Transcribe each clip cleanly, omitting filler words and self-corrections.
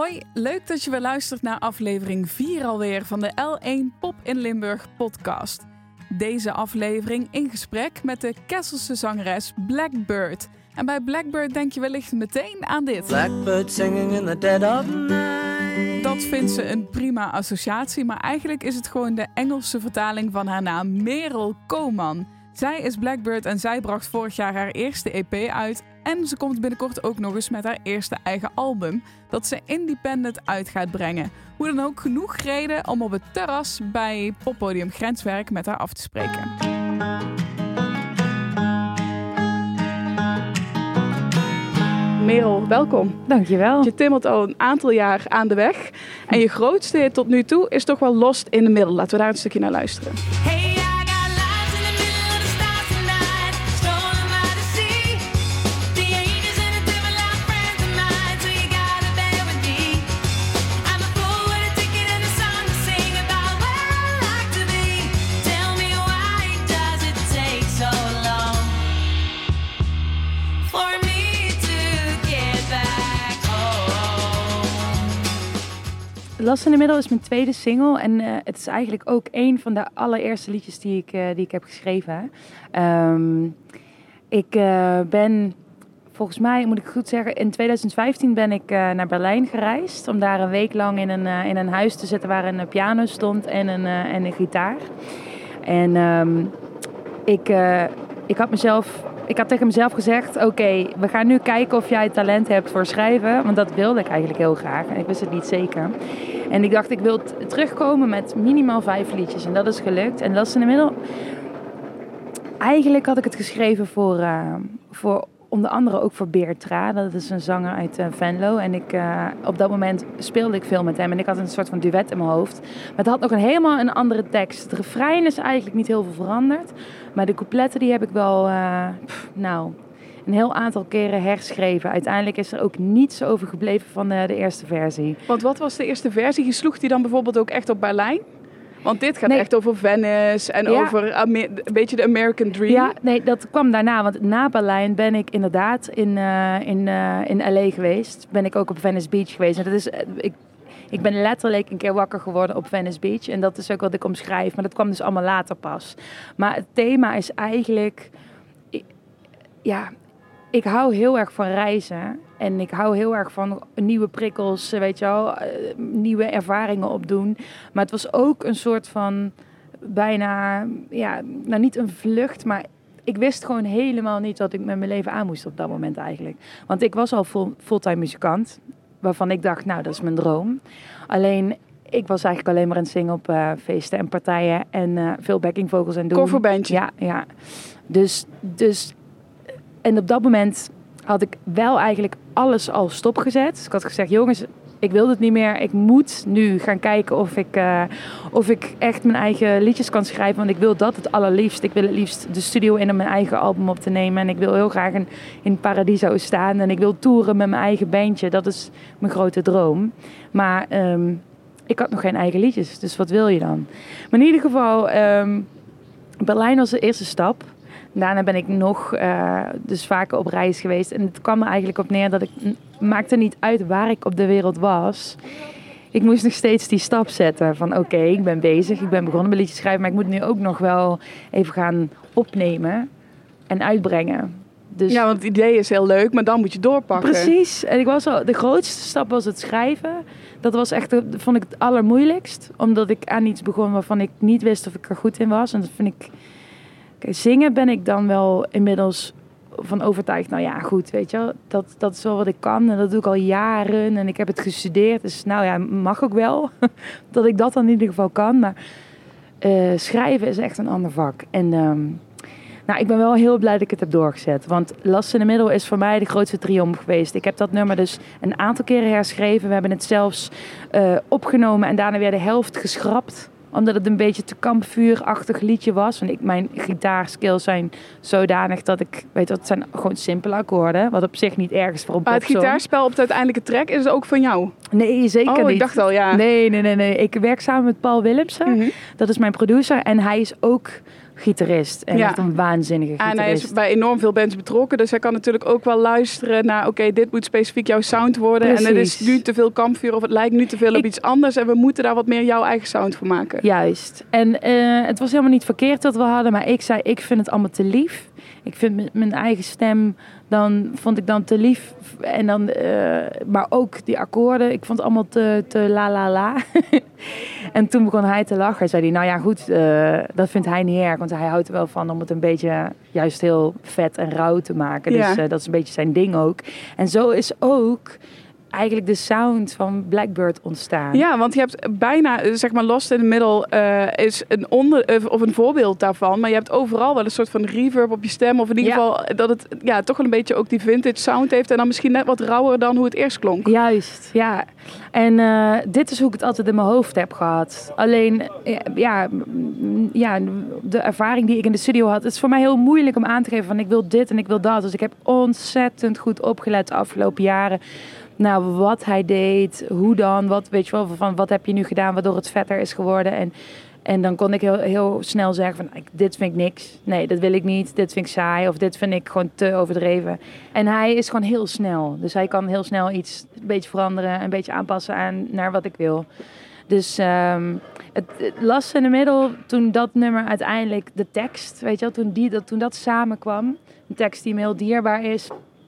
Hoi, leuk dat je weer luistert naar aflevering 4 alweer van de L1 Pop in Limburg podcast. Deze aflevering in gesprek met de Kesselse zangeres Blackbird. En bij Blackbird denk je wellicht meteen aan dit. Blackbird singing in the dead of night. Dat vindt ze een prima associatie, maar eigenlijk is het gewoon de Engelse vertaling van haar naam Merel Koman. Zij is Blackbird en zij bracht vorig jaar haar eerste EP uit. En ze komt binnenkort ook nog eens met haar eerste eigen album, dat ze independent uit gaat brengen. Hoe dan ook genoeg reden om op het terras bij poppodium Grenswerk met haar af te spreken. Merel, welkom. Dankjewel. Je timmert al een aantal jaar aan de weg. En je grootste hit tot nu toe is toch wel Lost in the Middle. Laten we daar een stukje naar luisteren. Lost in the Middle is mijn tweede single en het is eigenlijk ook een van de allereerste liedjes die ik heb geschreven. Ik ben, volgens mij moet ik goed zeggen, in 2015 ben ik naar Berlijn gereisd om daar een week lang in een huis te zitten waar een piano stond en een gitaar. En ik had tegen mezelf gezegd, oké, we gaan nu kijken of jij talent hebt voor schrijven. Want dat wilde ik eigenlijk heel graag en ik wist het niet zeker. En ik dacht, ik wil terugkomen met minimaal 5 liedjes. En dat is gelukt. En Lost in the Middle, eigenlijk had ik het geschreven voor onder andere ook voor Beertra. Dat is een zanger uit Venlo. En op dat moment speelde ik veel met hem. En ik had een soort van duet in mijn hoofd. Maar het had nog helemaal een andere tekst. Het refrein is eigenlijk niet heel veel veranderd. Maar de coupletten die heb ik wel een heel aantal keren herschreven. Uiteindelijk is er ook niets over gebleven van de eerste versie. Want wat was de eerste versie? Sloeg die dan bijvoorbeeld ook echt op Berlijn? Want dit gaat echt over Venice en over een beetje de American Dream. Ja, nee, dat kwam daarna. Want na Berlijn ben ik inderdaad in LA geweest. Ben ik ook op Venice Beach geweest. En dat is, ik ben letterlijk een keer wakker geworden op Venice Beach. En dat is ook wat ik omschrijf. Maar dat kwam dus allemaal later pas. Maar het thema is eigenlijk... Ik hou heel erg van reizen. En ik hou heel erg van nieuwe prikkels, weet je wel, nieuwe ervaringen opdoen. Maar het was ook een soort van bijna, niet een vlucht, maar ik wist gewoon helemaal niet wat ik met mijn leven aan moest op dat moment eigenlijk. Want ik was al fulltime muzikant, waarvan ik dacht, nou, dat is mijn droom. Alleen, ik was eigenlijk alleen maar aan het zingen op feesten en partijen en veel backing vocals en doen. Coverbandje. Ja. Dus... En op dat moment had ik wel eigenlijk alles al stopgezet. Dus ik had gezegd, jongens, ik wil dit niet meer. Ik moet nu gaan kijken of ik echt mijn eigen liedjes kan schrijven. Want ik wil dat het allerliefst. Ik wil het liefst de studio in om mijn eigen album op te nemen. En ik wil heel graag in Paradiso staan. En ik wil toeren met mijn eigen bandje. Dat is mijn grote droom. Maar ik had nog geen eigen liedjes. Dus wat wil je dan? Maar in ieder geval, Berlijn was de eerste stap. Daarna ben ik nog dus vaker op reis geweest. En het kwam er eigenlijk op neer dat maakte niet uit waar ik op de wereld was. Ik moest nog steeds die stap zetten van oké, ik ben bezig. Ik ben begonnen met liedjes schrijven. Maar ik moet nu ook nog wel even gaan opnemen en uitbrengen. Dus... Ja, want het idee is heel leuk, maar dan moet je doorpakken. Precies. En de grootste stap was het schrijven. Dat was echt, vond ik het allermoeilijkst. Omdat ik aan iets begon waarvan ik niet wist of ik er goed in was. En dat vind ik... Zingen ben ik dan wel inmiddels van overtuigd. Nou ja, goed, weet je wel. Dat is wel wat ik kan. En dat doe ik al jaren. En ik heb het gestudeerd. Dus nou ja, mag ook wel. Dat ik dat dan in ieder geval kan. Maar schrijven is echt een ander vak. En ik ben wel heel blij dat ik het heb doorgezet. Want Lost in the Middle is voor mij de grootste triomf geweest. Ik heb dat nummer dus een aantal keren herschreven. We hebben het zelfs opgenomen en daarna weer de helft geschrapt. Omdat het een beetje te kampvuurachtig liedje was. Want mijn gitaarskills zijn zodanig dat ik... Weet je, het zijn gewoon simpele akkoorden. Wat op zich niet ergens voor een popsong. Maar het gitaarspel op het uiteindelijke track is ook van jou? Nee, zeker niet. Ik dacht al, ja. Nee. Ik werk samen met Paul Willemsen. Mm-hmm. Dat is mijn producer. En hij is ook gitarist. En echt een waanzinnige gitarist. En hij is bij enorm veel bands betrokken. Dus hij kan natuurlijk ook wel luisteren naar... Oké, dit moet specifiek jouw sound worden. Precies. En het is nu te veel kampvuur of het lijkt nu te veel op iets anders. En we moeten daar wat meer jouw eigen sound voor maken. Juist. En het was helemaal niet verkeerd wat we hadden. Maar ik zei, ik vind het allemaal te lief. Ik vind mijn eigen stem... vond ik dan te lief. En dan, maar ook die akkoorden. Ik vond het allemaal te la la la. En toen begon hij te lachen. Zei hij, nou ja goed, dat vindt hij niet erg. Want hij houdt er wel van om het een beetje juist heel vet en rauw te maken. Ja. Dus dat is een beetje zijn ding ook. En zo is ook eigenlijk de sound van Blackbird ontstaan. Ja, want je hebt bijna, zeg maar, Lost in the Middle is een voorbeeld daarvan. Maar je hebt overal wel een soort van reverb op je stem. Of in ieder geval dat het toch wel een beetje ook die vintage sound heeft. En dan misschien net wat rauwer dan hoe het eerst klonk. Juist, ja. En dit is hoe ik het altijd in mijn hoofd heb gehad. Alleen, de ervaring die ik in de studio had... Het is voor mij heel moeilijk om aan te geven van ik wil dit en ik wil dat. Dus ik heb ontzettend goed opgelet de afgelopen jaren... Nou, wat hij deed, hoe dan, wat heb je nu gedaan waardoor het vetter is geworden. En dan kon ik heel snel zeggen van, dit vind ik niks. Nee, dat wil ik niet. Dit vind ik saai of dit vind ik gewoon te overdreven. En hij is gewoon heel snel. Dus hij kan heel snel iets een beetje veranderen, een beetje aanpassen naar wat ik wil. Dus het Lost in the Middle, toen dat nummer uiteindelijk, de tekst, weet je wel, toen dat samenkwam. Een tekst die me heel dierbaar is...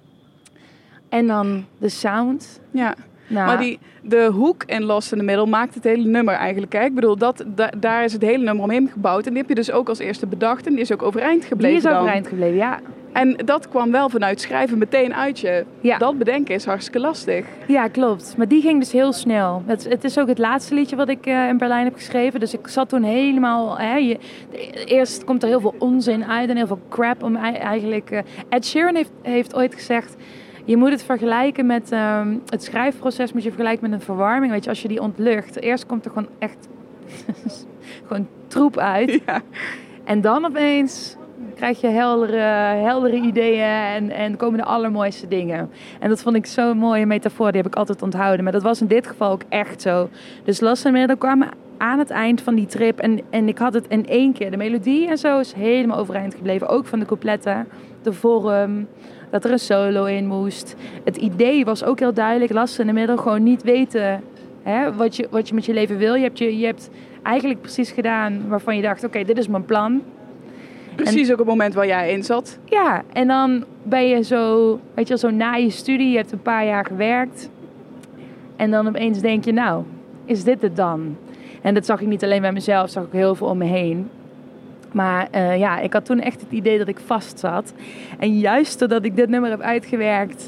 En dan de sound. Ja, nou, maar de hoek in Lost in the Middle maakt het hele nummer eigenlijk. Hè? Ik bedoel, daar is het hele nummer omheen gebouwd. En die heb je dus ook als eerste bedacht. En die is ook overeind gebleven. Die is overeind gebleven, ja. En dat kwam wel vanuit schrijven meteen uit je. Ja. Dat bedenken is hartstikke lastig. Ja, klopt. Maar die ging dus heel snel. Het is ook het laatste liedje wat ik in Berlijn heb geschreven. Dus ik zat toen helemaal... eerst komt er heel veel onzin uit en heel veel crap om eigenlijk... Ed Sheeran heeft ooit gezegd... Je moet het vergelijken met het schrijfproces, moet je vergelijken met een verwarming. Weet je, als je die ontlucht, eerst komt er gewoon echt gewoon troep uit. Ja. En dan opeens krijg je heldere ideeën en komen de allermooiste dingen. En dat vond ik zo'n mooie metafoor, die heb ik altijd onthouden. Maar dat was in dit geval ook echt zo. Dus Lost in the Middle kwam aan het eind van die trip en ik had het in 1 keer. De melodie en zo is helemaal overeind gebleven. Ook van de coupletten, de vorm... Dat er een solo in moest. Het idee was ook heel duidelijk. Lost in the Middle, gewoon niet weten wat je met je leven wil. Je hebt eigenlijk precies gedaan waarvan je dacht... Oké, dit is mijn plan. Precies ook het moment waar jij in zat. Ja, en dan ben je zo... Weet je, zo na je studie. Je hebt een paar jaar gewerkt. En dan opeens denk je, nou, is dit het dan? En dat zag ik niet alleen bij mezelf. Zag ik heel veel om me heen. Maar ik had toen echt het idee dat ik vast zat. En juist doordat ik dit nummer heb uitgewerkt...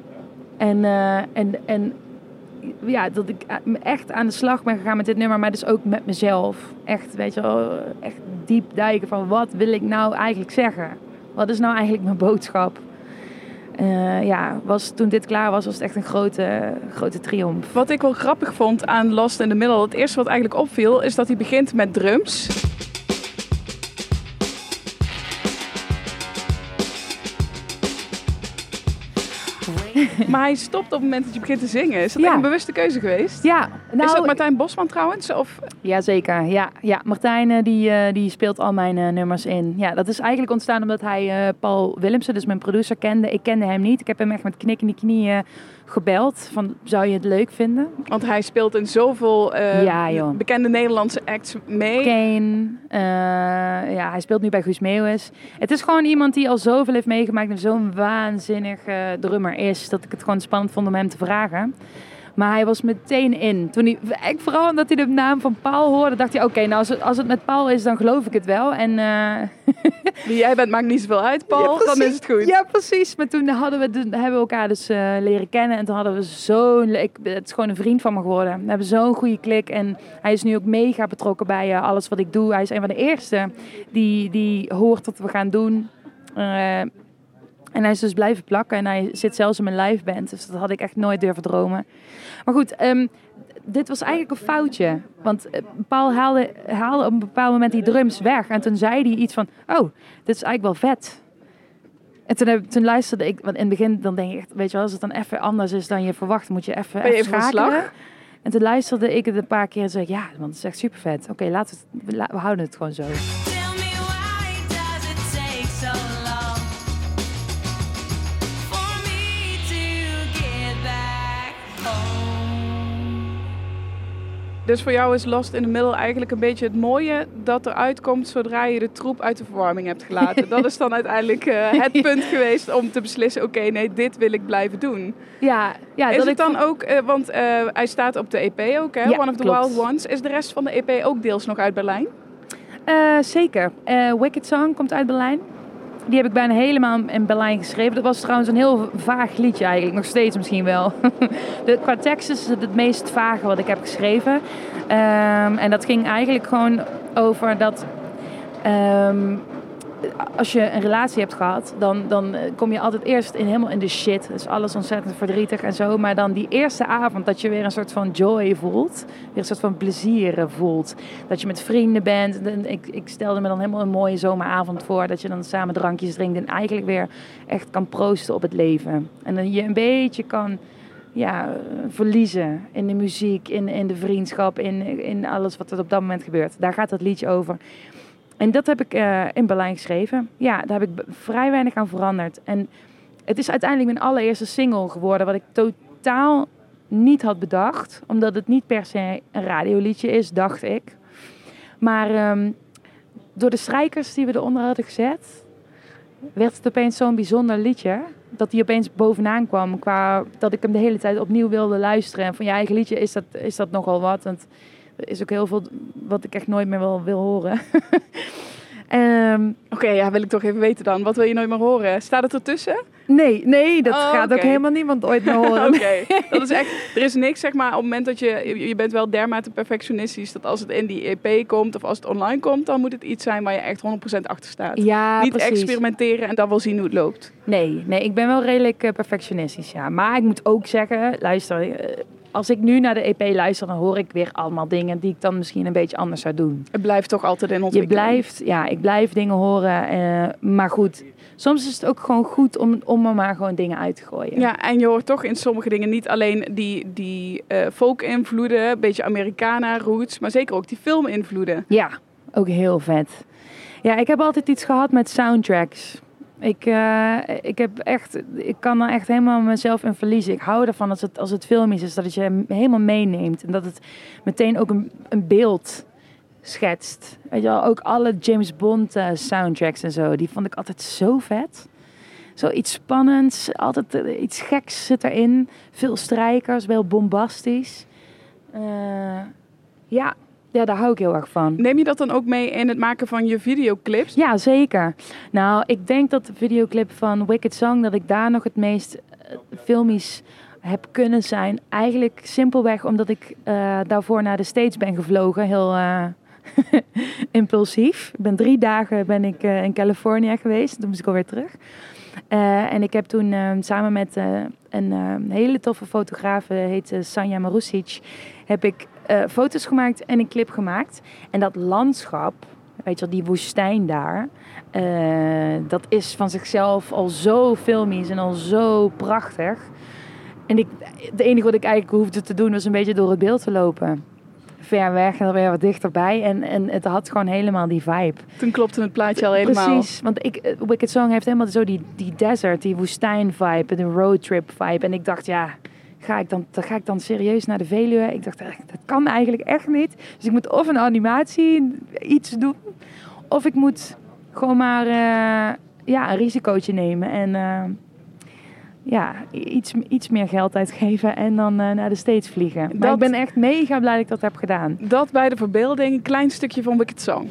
dat ik echt aan de slag ben gegaan met dit nummer... maar dus ook met mezelf. Echt, weet je wel, echt diep duiken van... wat wil ik nou eigenlijk zeggen? Wat is nou eigenlijk mijn boodschap? Toen dit klaar was het echt een grote triomf. Wat ik wel grappig vond aan Lost in the Middle... het eerste wat eigenlijk opviel, is dat hij begint met drums... Maar hij stopt op het moment dat je begint te zingen. Is dat echt een bewuste keuze geweest? Ja. Nou, is dat Martijn Bosman trouwens? Of? Jazeker, ja. Martijn die speelt al mijn nummers in. Ja, dat is eigenlijk ontstaan omdat hij Paul Willemsen, dus mijn producer, kende. Ik kende hem niet. Ik heb hem echt met knik in de knieën gebeld. Van, zou je het leuk vinden? Want hij speelt in zoveel bekende Nederlandse acts mee. Kane. Hij speelt nu bij Guus Meeuwis. Het is gewoon iemand die al zoveel heeft meegemaakt en zo'n waanzinnig drummer is, dat ik het gewoon spannend vond om hem te vragen. Maar hij was meteen in. Vooral omdat hij de naam van Paul hoorde, dacht hij, oké, nou als het met Paul is, dan geloof ik het wel. En wie jij bent, maakt niet zoveel uit, Paul. Dan is het goed. Ja, precies. Maar toen hebben we elkaar dus leren kennen. En toen hadden we het is gewoon een vriend van me geworden. We hebben zo'n goede klik. En hij is nu ook mega betrokken bij alles wat ik doe. Hij is een van de eerste die hoort wat we gaan doen. En hij is dus blijven plakken en hij zit zelfs in mijn live band. Dus dat had ik echt nooit durven dromen. Maar goed, dit was eigenlijk een foutje. Want Paul haalde op een bepaald moment die drums weg. En toen zei hij iets van, oh, dit is eigenlijk wel vet. En toen luisterde ik, want in het begin dan denk je echt, weet je wel, als het dan even anders is dan je verwacht, moet je even schakelen. En toen luisterde ik het een paar keer en zei, ja, want het is echt super vet. Oké, we houden het gewoon zo. Dus voor jou is Lost in the Middle eigenlijk een beetje het mooie dat eruit komt zodra je de troep uit de verwarming hebt gelaten. Dat is dan uiteindelijk het punt geweest om te beslissen, oké, nee, dit wil ik blijven doen. Ja, Is dat het dan ook, want hij staat op de EP ook, hè? Ja, One of the klopt. Wild Ones. Is de rest van de EP ook deels nog uit Berlijn? Zeker. Wicked Song komt uit Berlijn. Die heb ik bijna helemaal in Berlijn geschreven. Dat was trouwens een heel vaag liedje eigenlijk. Nog steeds misschien wel. Qua tekst is het meest vage wat ik heb geschreven. En dat ging eigenlijk gewoon over dat... als je een relatie hebt gehad, dan kom je altijd eerst helemaal in de shit. Dus alles ontzettend verdrietig en zo. Maar dan die eerste avond dat je weer een soort van joy voelt. Weer een soort van plezier voelt. Dat je met vrienden bent. Ik stelde me dan helemaal een mooie zomeravond voor. Dat je dan samen drankjes drinkt. En eigenlijk weer echt kan proosten op het leven. En dan je een beetje kan verliezen in de muziek, in de vriendschap. In alles wat er op dat moment gebeurt. Daar gaat dat liedje over. En dat heb ik in Berlijn geschreven. Ja, daar heb ik vrij weinig aan veranderd. En het is uiteindelijk mijn allereerste single geworden, wat ik totaal niet had bedacht. Omdat het niet per se een radioliedje is, dacht ik. Maar door de strijkers die we eronder hadden gezet, werd het opeens zo'n bijzonder liedje. Dat die opeens bovenaan kwam, qua dat ik hem de hele tijd opnieuw wilde luisteren. En van je eigen liedje is dat nogal wat. Want er is ook heel veel wat ik echt nooit meer wil horen. Oké, wil ik toch even weten dan. Wat wil je nooit meer horen? Staat het ertussen? Nee, dat gaat ook helemaal niemand ooit meer horen. Oké, dat is echt... Er is niks, zeg maar, op het moment dat je bent wel dermate perfectionistisch, dat als het in die EP komt of als het online komt, dan moet het iets zijn waar je echt 100% achter staat. Ja, niet precies. Experimenteren en dan wel zien hoe het loopt. Nee, ik ben wel redelijk perfectionistisch, ja. Maar ik moet ook zeggen, luister, als ik nu naar de EP luister, dan hoor ik weer allemaal dingen die ik dan misschien een beetje anders zou doen. Het blijft toch altijd in ontwikkeling? Ik blijf dingen horen. Maar goed, soms is het ook gewoon goed om er maar gewoon dingen uit te gooien. Ja, en je hoort toch in sommige dingen niet alleen die folk-invloeden, een beetje Americana, roots, maar zeker ook die film-invloeden. Ja, ook heel vet. Ja, ik heb altijd iets gehad met soundtracks. Ik kan er echt helemaal mezelf in verliezen. Ik hou ervan als het filmisch is, dat het je helemaal meeneemt. En dat het meteen ook een beeld schetst. Weet je wel, ook alle James Bond soundtracks en zo, die vond ik altijd zo vet. Zoiets spannends, altijd iets geks zit erin. Veel strijkers, wel bombastisch. Ja, daar hou ik heel erg van. Neem je dat dan ook mee in het maken van je videoclips? Ja, zeker. Nou, ik denk dat de videoclip van Wicked Song, dat ik daar nog het meest filmisch heb kunnen zijn. Eigenlijk simpelweg omdat ik daarvoor naar de States ben gevlogen. Heel impulsief. 3 dagen in Californië geweest. Toen moest ik alweer terug. En ik heb toen samen met een hele toffe fotograaf, heet Sanja Marusic, heb ik foto's gemaakt en een clip gemaakt. En dat landschap, weet je wel, die woestijn daar, dat is van zichzelf al zo filmisch en al zo prachtig. En het enige wat ik eigenlijk hoefde te doen was een beetje door het beeld te lopen. Ver weg en dan weer wat dichterbij. En het had gewoon helemaal die vibe. Toen klopte het plaatje al helemaal. Precies, want Wicked Song heeft helemaal zo die desert, die woestijn vibe, de roadtrip vibe. En ik dacht, ja, ga ik dan serieus naar de Veluwe? Ik dacht, dat kan eigenlijk echt niet. Dus ik moet of een animatie, iets doen, of ik moet gewoon maar een risicootje nemen en iets meer geld uitgeven en dan naar de States vliegen. Maar ik ben echt mega blij dat ik dat heb gedaan. Dat bij de verbeelding, een klein stukje van Wicked Song.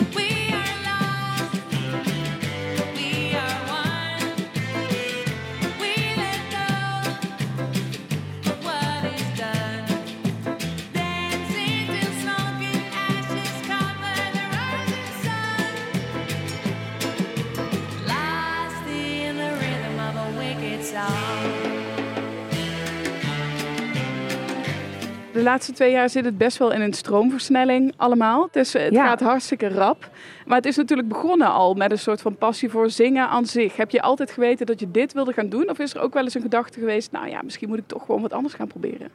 De laatste 2 jaar zit het best wel in een stroomversnelling allemaal. Het gaat hartstikke rap. Maar het is natuurlijk begonnen al met een soort van passie voor zingen aan zich. Heb je altijd geweten dat je dit wilde gaan doen? Of is er ook wel eens een gedachte geweest, nou ja, misschien moet ik toch gewoon wat anders gaan proberen?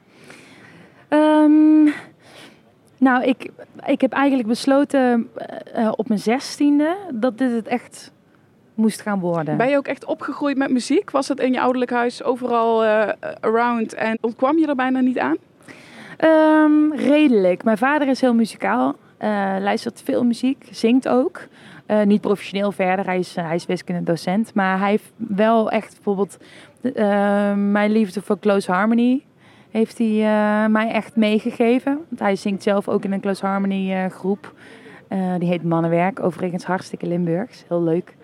Ik heb eigenlijk besloten op mijn 16e dat dit het echt moest gaan worden. Ben je ook echt opgegroeid met muziek? Was het in je ouderlijk huis overal around en ontkwam je er bijna niet aan? Redelijk. Mijn vader is heel muzikaal. Luistert veel muziek. Zingt ook. Niet professioneel verder. Hij is wiskundedocent. Maar hij heeft wel echt bijvoorbeeld... mijn liefde voor Close Harmony heeft hij mij echt meegegeven. Want hij zingt zelf ook in een Close Harmony groep. Die heet Mannenwerk. Overigens hartstikke Limburgs. Heel leuk.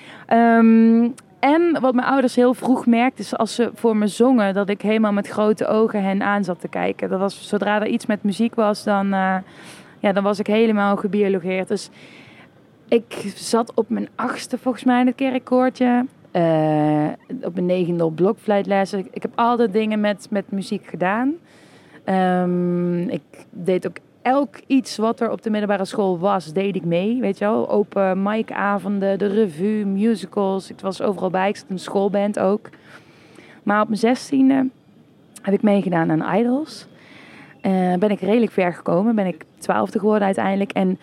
En wat mijn ouders heel vroeg merkten, is als ze voor me zongen, dat ik helemaal met grote ogen hen aan zat te kijken. Dat was, zodra er iets met muziek was, dan was ik helemaal gebiologeerd. Dus ik zat op mijn 8e volgens mij in het kerkkoortje. Op mijn 9e op blokfluitlessen. Ik heb altijd dingen met muziek gedaan. Ik deed ook elk iets wat er op de middelbare school was, deed ik mee. Weet je wel, open mic-avonden, de revue, musicals. Ik was overal bij. Ik zat in een schoolband ook. Maar op mijn 16e heb ik meegedaan aan Idols. Ben ik redelijk ver gekomen. Ben ik 12e geworden uiteindelijk. En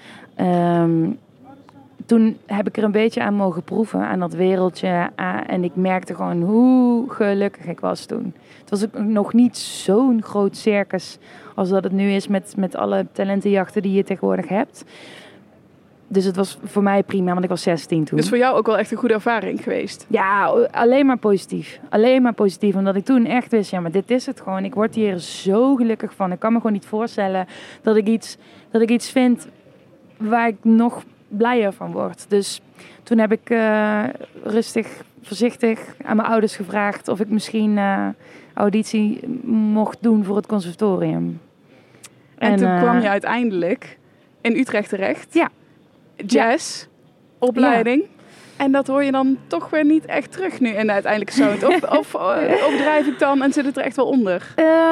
toen heb ik er een beetje aan mogen proeven, aan dat wereldje. En ik merkte gewoon hoe gelukkig ik was toen. Het was ook nog niet zo'n groot circus als dat het nu is met alle talentenjachten die je tegenwoordig hebt. Dus het was voor mij prima, want ik was 16 toen. Dus voor jou ook wel echt een goede ervaring geweest? Ja, alleen maar positief. Alleen maar positief, omdat ik toen echt wist, ja, maar dit is het gewoon. Ik word hier zo gelukkig van. Ik kan me gewoon niet voorstellen dat ik iets vind waar ik nog blijer van word. Dus toen heb ik rustig, voorzichtig aan mijn ouders gevraagd of ik misschien auditie mocht doen voor het conservatorium. En toen kwam je uiteindelijk in Utrecht terecht. Ja. Jazz, opleiding. Ja. En dat hoor je dan toch weer niet echt terug nu in de uiteindelijke sound. Of overdrijf ik dan en zit het er echt wel onder?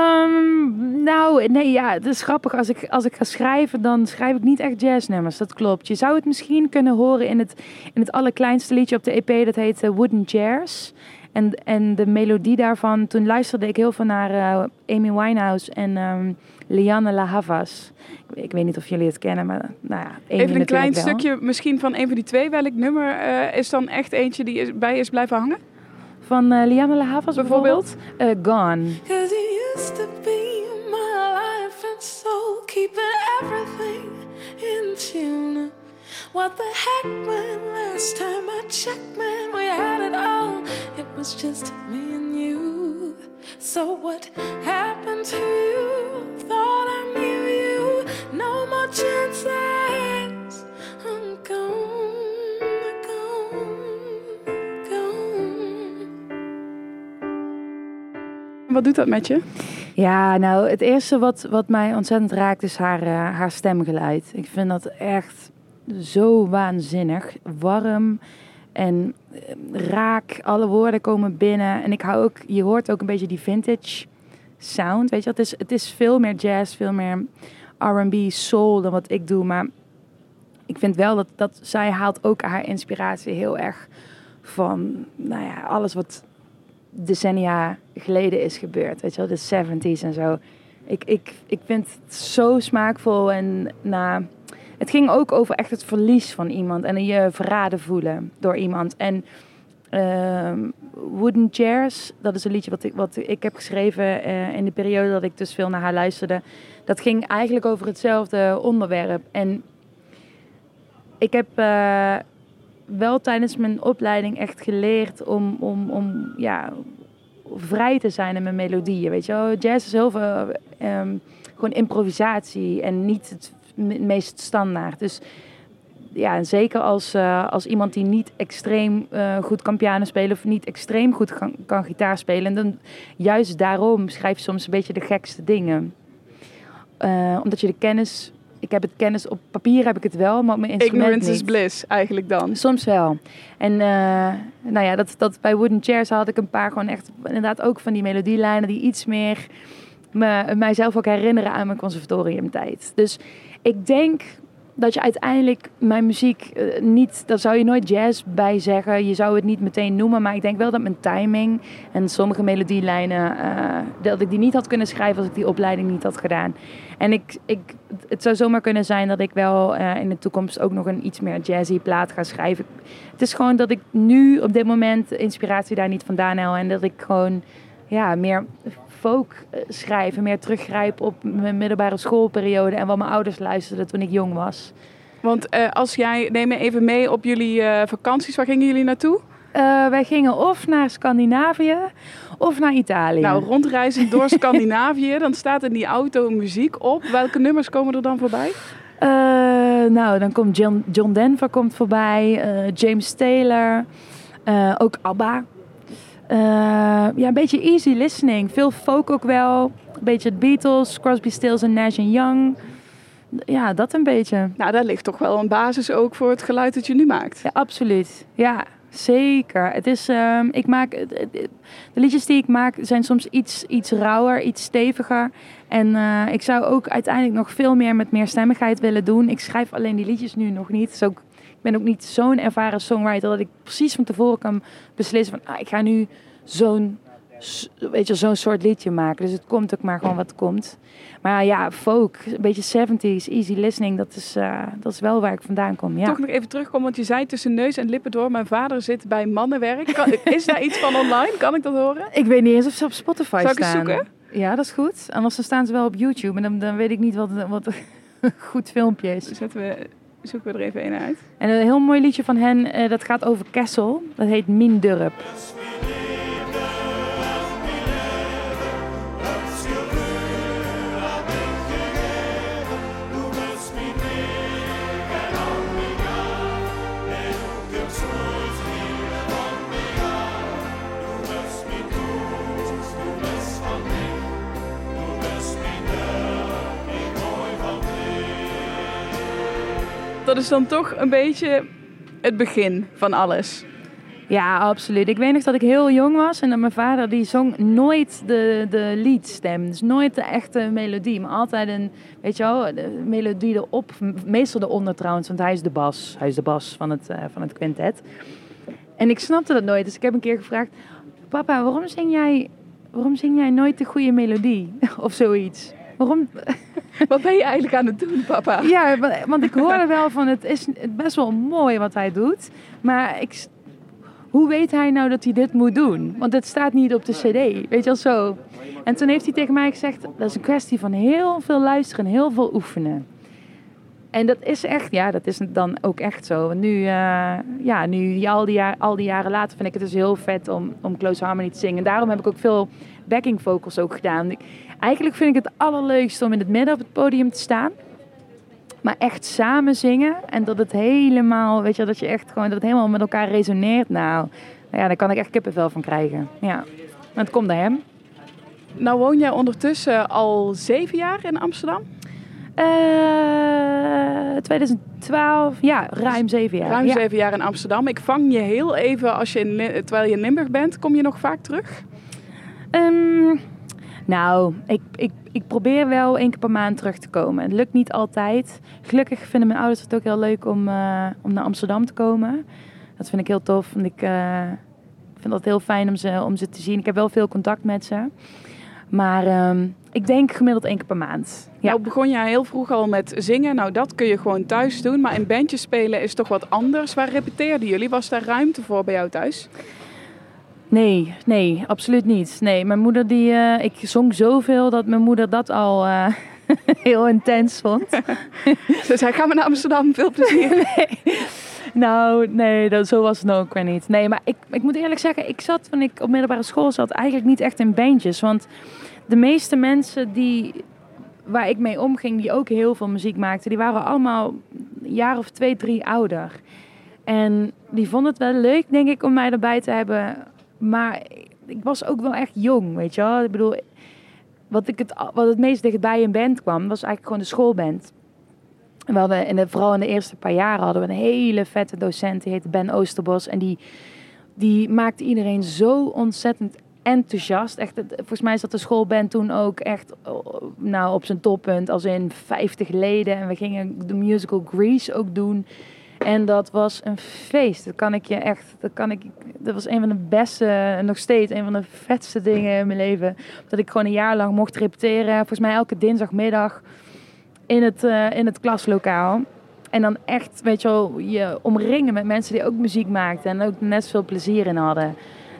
Het is grappig. Als ik ga schrijven, dan schrijf ik niet echt jazznummers. Dat klopt. Je zou het misschien kunnen horen in het allerkleinste liedje op de EP. Dat heet Wooden Chairs. En de melodie daarvan, toen luisterde ik heel veel naar Amy Winehouse en Lianne La Havas. Ik weet niet of jullie het kennen, maar nou ja, Amy even een klein wel. stukje misschien van een van die twee. Welk nummer is dan echt eentje die bij is blijven hangen? Van Lianne La Havas bijvoorbeeld? Gone. 'Cause you used to be my life and soul, keeping everything in tune. What the heck, man, last time I checked, man, we had it all. It was just me and you. So what happened to you? Thought I knew you. No more chances. I'm gone, gone. Wat doet dat met je? Ja, nou, het eerste wat mij ontzettend raakt is haar stemgeluid. Ik vind dat echt zo waanzinnig. Warm en raak. Alle woorden komen binnen. En je hoort ook een beetje die vintage sound. Weet je, het is veel meer jazz, veel meer R&B, soul dan wat ik doe. Maar ik vind wel dat zij haalt ook haar inspiratie heel erg van, nou ja, alles wat decennia geleden is gebeurd. Weet je wel, de 70s en zo. Ik vind het zo smaakvol en het ging ook over echt het verlies van iemand en je verraden voelen door iemand. En Wooden Chairs, dat is een liedje wat ik heb geschreven in de periode dat ik dus veel naar haar luisterde. Dat ging eigenlijk over hetzelfde onderwerp. En ik heb wel tijdens mijn opleiding echt geleerd om vrij te zijn in mijn melodieën. Weet je wel? Jazz is heel veel gewoon improvisatie en niet het meest standaard. Dus ja, zeker als iemand die niet extreem goed kan piano spelen of niet extreem goed kan gitaar spelen. En dan juist daarom schrijf je soms een beetje de gekste dingen. Omdat je de kennis... Ik heb het kennis op papier, heb ik het wel, maar op mijn instrument Ignorance niet. is bliss, eigenlijk dan. Soms wel. En dat bij Wooden Chairs had ik een paar gewoon echt inderdaad ook van die melodielijnen die iets meer mijzelf ook herinneren aan mijn conservatoriumtijd. Dus ik denk dat je uiteindelijk mijn muziek niet, daar zou je nooit jazz bij zeggen. Je zou het niet meteen noemen, maar ik denk wel dat mijn timing en sommige melodielijnen, dat ik die niet had kunnen schrijven als ik die opleiding niet had gedaan. En het zou zomaar kunnen zijn dat ik wel in de toekomst ook nog een iets meer jazzy plaat ga schrijven. Het is gewoon dat ik nu op dit moment de inspiratie daar niet vandaan haal en dat ik gewoon meer folk schrijven. Meer teruggrijpen op mijn middelbare schoolperiode en wat mijn ouders luisterden toen ik jong was. Want neem me even mee op jullie vakanties. Waar gingen jullie naartoe? Wij gingen of naar Scandinavië of naar Italië. Nou, rondreizen door Scandinavië, dan staat in die auto muziek op. Welke nummers komen er dan voorbij? Dan komt John Denver komt voorbij, James Taylor, ook ABBA. Een beetje easy listening. Veel folk ook wel. Een beetje het Beatles, Crosby, Stills en Nash Young. Ja, dat een beetje. Nou, daar ligt toch wel een basis ook voor het geluid dat je nu maakt. Ja, absoluut. Ja, zeker. Het is, de liedjes die ik maak zijn soms iets rauwer, iets steviger. En ik zou ook uiteindelijk nog veel meer met meerstemmigheid willen doen. Ik schrijf alleen die liedjes nu nog niet. Dus ik ben ook niet zo'n ervaren songwriter dat ik precies van tevoren kan beslissen van ik ga nu zo'n soort liedje maken. Dus het komt ook maar gewoon wat komt. Maar ja, folk, een beetje 70s, easy listening, dat is wel waar ik vandaan kom. Ja. Toch nog even terugkomen, want je zei tussen neus en lippen door, mijn vader zit bij mannenwerk. Is daar iets van online? Kan ik dat horen? Ik weet niet eens of ze op Spotify staan. Zal ik eens zoeken? Ja, dat is goed. Anders dan staan ze wel op YouTube en dan weet ik niet wat een goed filmpje is. Zoeken we er even een uit. En een heel mooi liedje van hen, dat gaat over Kessel. Dat heet Mindurp. Dat is dan toch een beetje het begin van alles. Ja, absoluut. Ik weet nog dat ik heel jong was en dat mijn vader die zong nooit de leadstem. Dus nooit de echte melodie, maar altijd de melodie erop. Meestal de onder trouwens, want hij is de bas. Hij is de bas van het quintet. En ik snapte dat nooit, dus ik heb een keer gevraagd: papa, waarom zing jij nooit de goede melodie? Of zoiets. Waarom? Wat ben je eigenlijk aan het doen, papa? Ja, want ik hoorde wel van het is best wel mooi wat hij doet. Maar hoe weet hij nou dat hij dit moet doen? Want het staat niet op de cd, weet je wel zo. En toen heeft hij tegen mij gezegd, dat is een kwestie van heel veel luisteren en heel veel oefenen. En dat is echt, ja, dat is dan ook echt zo. Nu al die jaren later vind ik het dus heel vet om Close Harmony te zingen. En daarom heb ik ook veel backing vocals ook gedaan. Eigenlijk vind ik het allerleukste om in het midden op het podium te staan. Maar echt samen zingen. En dat het helemaal, weet je, dat het helemaal met elkaar resoneert. Nou ja, daar kan ik echt kippenvel van krijgen. Ja, maar het komt naar hem. Nou woon jij ondertussen al 7 jaar in Amsterdam? 2012, ja, ruim 7 jaar. Ruim 7 jaar in Amsterdam. Ik vang je heel even terwijl je in Limburg bent. Kom je nog vaak terug? Nou, ik probeer wel 1 keer per maand terug te komen. Het lukt niet altijd. Gelukkig vinden mijn ouders het ook heel leuk om naar Amsterdam te komen. Dat vind ik heel tof. Want ik vind het heel fijn om ze te zien. Ik heb wel veel contact met ze. Maar ik denk gemiddeld 1 keer per maand. Ja. Nou begon jij heel vroeg al met zingen. Nou, dat kun je gewoon thuis doen. Maar in bandjes spelen is toch wat anders. Waar repeteerden jullie? Was daar ruimte voor bij jou thuis? Nee, absoluut niet. Nee, mijn moeder ik zong zoveel dat mijn moeder dat al heel intens vond. Ze zei, ga maar naar Amsterdam, veel plezier. Nee, zo was het ook weer niet. Nee, maar ik moet eerlijk zeggen, toen ik op middelbare school zat, eigenlijk niet echt in bandjes. Want de meeste mensen waar ik mee omging, die ook heel veel muziek maakten, die waren allemaal een jaar of 2, 3 ouder. En die vonden het wel leuk, denk ik, om mij erbij te hebben. Maar ik was ook wel echt jong, weet je wel. Ik bedoel, wat het meest dichtbij een band kwam, was eigenlijk gewoon de schoolband. En we hadden vooral in de eerste paar jaren hadden we een hele vette docent, die heette Ben Oosterbos. En die maakte iedereen zo ontzettend enthousiast. Echt, volgens mij zat de schoolband toen ook echt op zijn toppunt, als in 50 leden. En we gingen de musical Grease ook doen. En dat was een feest. Dat was een van de beste, en nog steeds een van de vetste dingen in mijn leven. Dat ik gewoon een jaar lang mocht repeteren. Volgens mij elke dinsdagmiddag in het klaslokaal. En dan echt, weet je wel, je omringen met mensen die ook muziek maakten. En ook net zoveel plezier in hadden.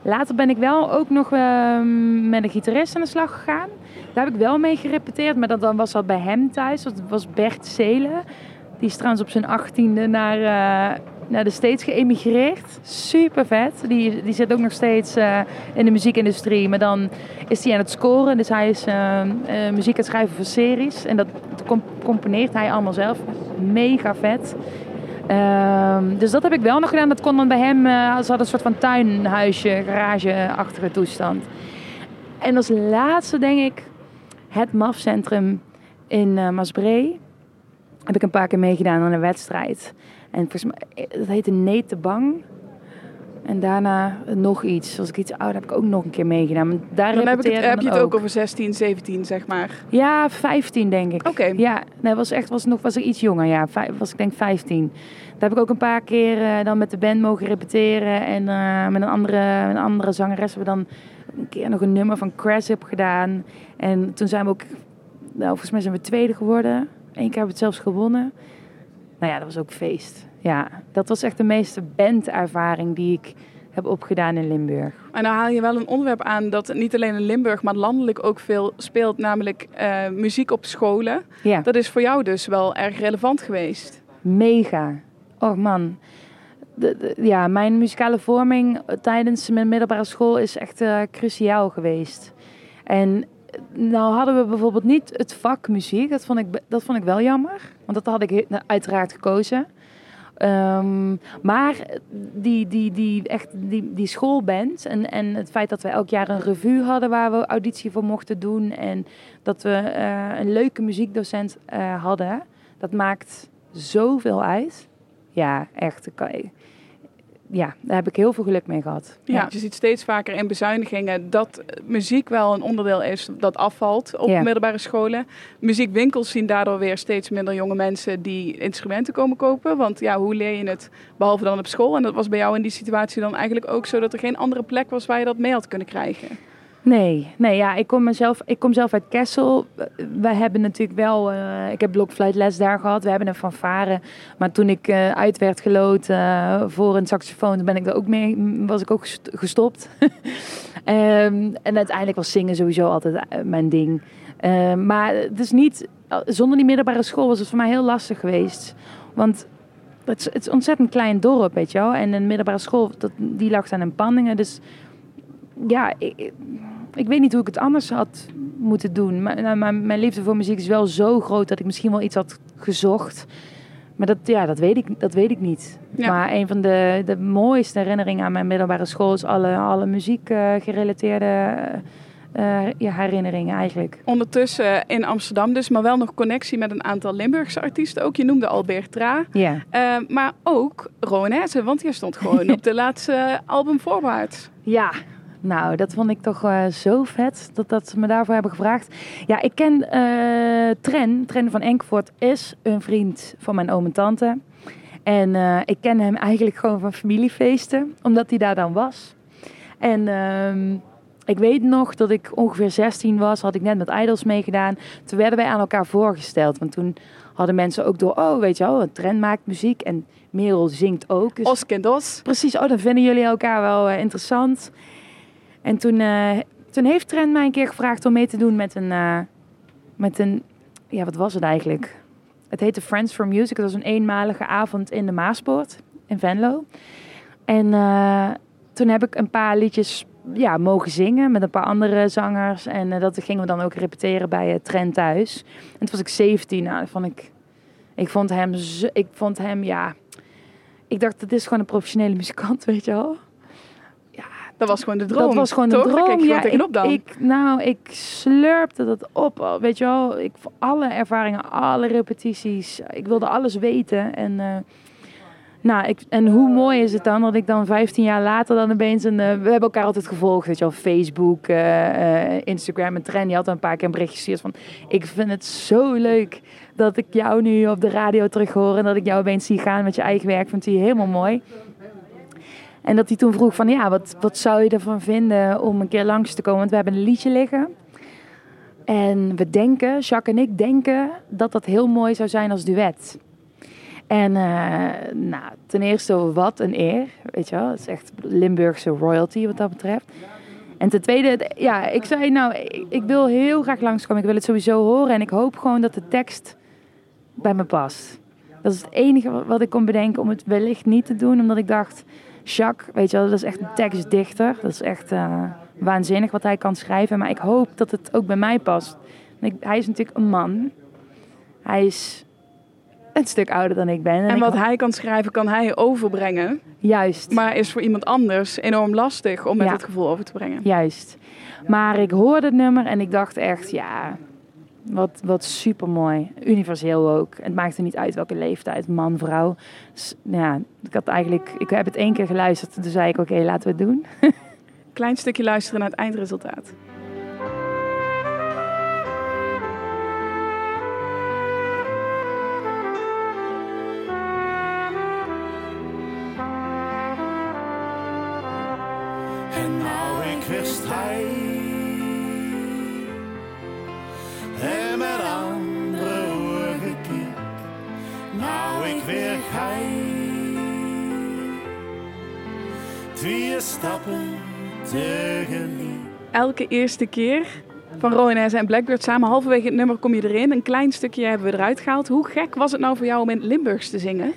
Later ben ik wel ook nog met een gitarist aan de slag gegaan. Daar heb ik wel mee gerepeteerd, maar dan was dat bij hem thuis. Dat was Bert Zelen. Die is trouwens op zijn 18e naar de States geëmigreerd. Super vet. Die zit ook nog steeds in de muziekindustrie. Maar dan is hij aan het scoren. Dus hij is muziek aan het schrijven voor series. En dat componeert hij allemaal zelf. Mega vet. Dus dat heb ik wel nog gedaan. Dat kon dan bij hem. Ze hadden een soort van tuinhuisje, garage-achtige toestand. En als laatste denk ik het MAF-centrum in Maasbree. Heb ik een paar keer meegedaan aan een wedstrijd. En volgens mij, dat heette Nee te Bang. En daarna nog iets. Als ik iets oud heb ik ook nog een keer meegedaan. Maar daar dan heb je het ook over 16, 17 zeg maar. Ja, 15 denk ik. Oké. Ja, nee, was ik iets jonger. Ja, was ik denk 15. Daar heb ik ook een paar keer dan met de band mogen repeteren. En met een andere zangeres hebben we dan een keer nog een nummer van Crasip gedaan. En toen zijn we ook, volgens mij zijn we tweede geworden. 1 keer hebben we het zelfs gewonnen. Nou ja, dat was ook feest. Ja, dat was echt de meeste bandervaring die ik heb opgedaan in Limburg. En dan haal je wel een onderwerp aan dat niet alleen in Limburg, maar landelijk ook veel speelt, namelijk muziek op scholen. Ja. Dat is voor jou dus wel erg relevant geweest. Mega. Oh man. Mijn muzikale vorming tijdens mijn middelbare school is echt cruciaal geweest. En nou hadden we bijvoorbeeld niet het vak muziek. Dat vond ik wel jammer. Want dat had ik uiteraard gekozen. Maar die schoolband en het feit dat we elk jaar een revue hadden waar we auditie voor mochten doen. En dat we een leuke muziekdocent hadden. Dat maakt zoveel uit. Ja, echt. Ja, daar heb ik heel veel geluk mee gehad. Ja, je ziet steeds vaker in bezuinigingen dat muziek wel een onderdeel is dat afvalt op middelbare scholen. Muziekwinkels zien daardoor weer steeds minder jonge mensen die instrumenten komen kopen. Want ja, hoe leer je het behalve dan op school? En dat was bij jou in die situatie dan eigenlijk ook zo dat er geen andere plek was waar je dat mee had kunnen krijgen. Nee, ja, ik kom zelf uit Kessel. We hebben natuurlijk wel, ik heb blokfluitles daar gehad. We hebben een fanfare. Maar toen ik uit werd geloot voor een saxofoon, ben ik daar ook mee, was ik ook gestopt. En uiteindelijk was zingen sowieso altijd mijn ding. Maar het is niet, zonder die middelbare school was het voor mij heel lastig geweest. Want het is een ontzettend klein dorp, weet je wel. En een middelbare school, die lag dan in Panningen. Dus ja, ik weet niet hoe ik het anders had moeten doen. Maar mijn liefde voor muziek is wel zo groot dat ik misschien wel iets had gezocht. Maar dat weet ik niet. Ja. Maar een van de mooiste herinneringen aan mijn middelbare school is alle muziek gerelateerde herinneringen eigenlijk. Ondertussen in Amsterdam dus, maar wel nog connectie met een aantal Limburgse artiesten ook. Je noemde al Bertra. Ja. Maar ook Rowanesse, want die stond gewoon op de laatste album Voorwaarts. Ja. Nou, dat vond ik toch zo vet dat ze me daarvoor hebben gevraagd. Ja, ik ken Tren van Enkvoort is een vriend van mijn oom en tante. En ik ken hem eigenlijk gewoon van familiefeesten, omdat hij daar dan was. En ik weet nog dat ik ongeveer 16 was, had ik net met Idols meegedaan. Toen werden wij aan elkaar voorgesteld, want toen hadden mensen ook door, oh weet je wel, Tren maakt muziek en Merel zingt ook. Dus, Oskendos. Precies, dan vinden jullie elkaar wel interessant. En toen heeft Tren mij een keer gevraagd om mee te doen met een ja, wat was het eigenlijk? Het heette Friends for Music. Het was een eenmalige avond in de Maaspoort in Venlo. En toen heb ik een paar liedjes mogen zingen met een paar andere zangers. En dat gingen we dan ook repeteren bij Tren thuis. En toen was ik 17. Nou, ik vond hem, ik dacht, dat is gewoon een professionele muzikant, weet je wel. Dat was gewoon de droom. Dat was gewoon de droom. Daar kijk je gewoon tegenop dan. Ik slurpte dat op. Weet je wel, alle ervaringen, alle repetities. Ik wilde alles weten. En hoe mooi is het dan dat ik dan 15 jaar later dan opeens we hebben elkaar altijd gevolgd, weet je wel, Facebook, Instagram en Tren. Die had een paar keer een bericht gestuurd van, ik vind het zo leuk dat ik jou nu op de radio terug hoor en dat ik jou opeens zie gaan met je eigen werk. Vond hij helemaal mooi. En dat hij toen vroeg van, ja, wat zou je ervan vinden om een keer langs te komen? Want we hebben een liedje liggen. En Jacques en ik denken dat dat heel mooi zou zijn als duet. En ten eerste, wat een eer, weet je wel. Het is echt Limburgse royalty wat dat betreft. En ten tweede, ik zei ik wil heel graag langskomen. Ik wil het sowieso horen en ik hoop gewoon dat de tekst bij me past. Dat is het enige wat ik kon bedenken om het wellicht niet te doen. Omdat ik dacht, Jacques, weet je wel, dat is echt een tekstdichter. Dat is echt waanzinnig wat hij kan schrijven. Maar ik hoop dat het ook bij mij past. Hij is natuurlijk een man. Hij is een stuk ouder dan ik ben. En wat hij kan schrijven, kan hij overbrengen. Juist. Maar is voor iemand anders enorm lastig om met het gevoel over te brengen. Juist. Maar ik hoorde het nummer en ik dacht echt, wat supermooi. Universeel ook. Het maakte niet uit welke leeftijd, man, vrouw. Dus, ik heb het 1 keer geluisterd en toen zei ik, oké, laten we het doen. Klein stukje luisteren naar het eindresultaat. En nou ik wist hij en met andere ogen keek. Nou ik weer hij 2 stappen tegelijk. Elke eerste keer van Rowaness en Blackbird samen, halverwege het nummer kom je erin. Een klein stukje hebben we eruit gehaald. Hoe gek was het nou voor jou om in het Limburgs te zingen?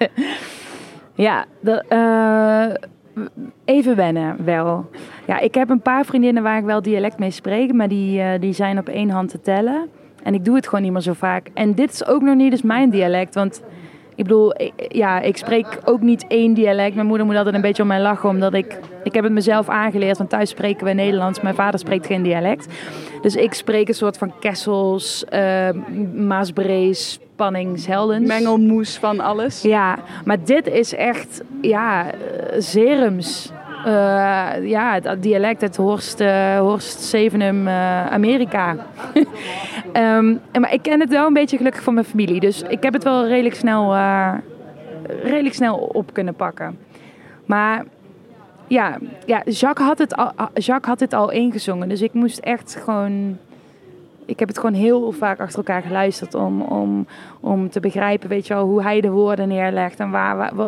Even wennen wel. Ja, ik heb een paar vriendinnen waar ik wel dialect mee spreek, maar die zijn op 1 hand te tellen. En ik doe het gewoon niet meer zo vaak. En dit is ook nog niet eens mijn dialect, want ik bedoel, ik spreek ook niet 1 dialect. Mijn moeder moet altijd een beetje om mij lachen, omdat ik heb het mezelf aangeleerd, want thuis spreken we Nederlands. Mijn vader spreekt geen dialect. Dus ik spreek een soort van Kessels, Maasbrees, Pannings, Heldens. Mengelmoes van alles. Ja, maar dit is echt, Zerums. Het dialect uit Horst Zevenum, Amerika. Maar ik ken het wel een beetje gelukkig van mijn familie. Dus ik heb het wel redelijk snel op kunnen pakken. Maar Jacques had het al ingezongen. Dus ik moest echt gewoon... Ik heb het gewoon heel vaak achter elkaar geluisterd om te begrijpen, weet je wel, hoe hij de woorden neerlegt en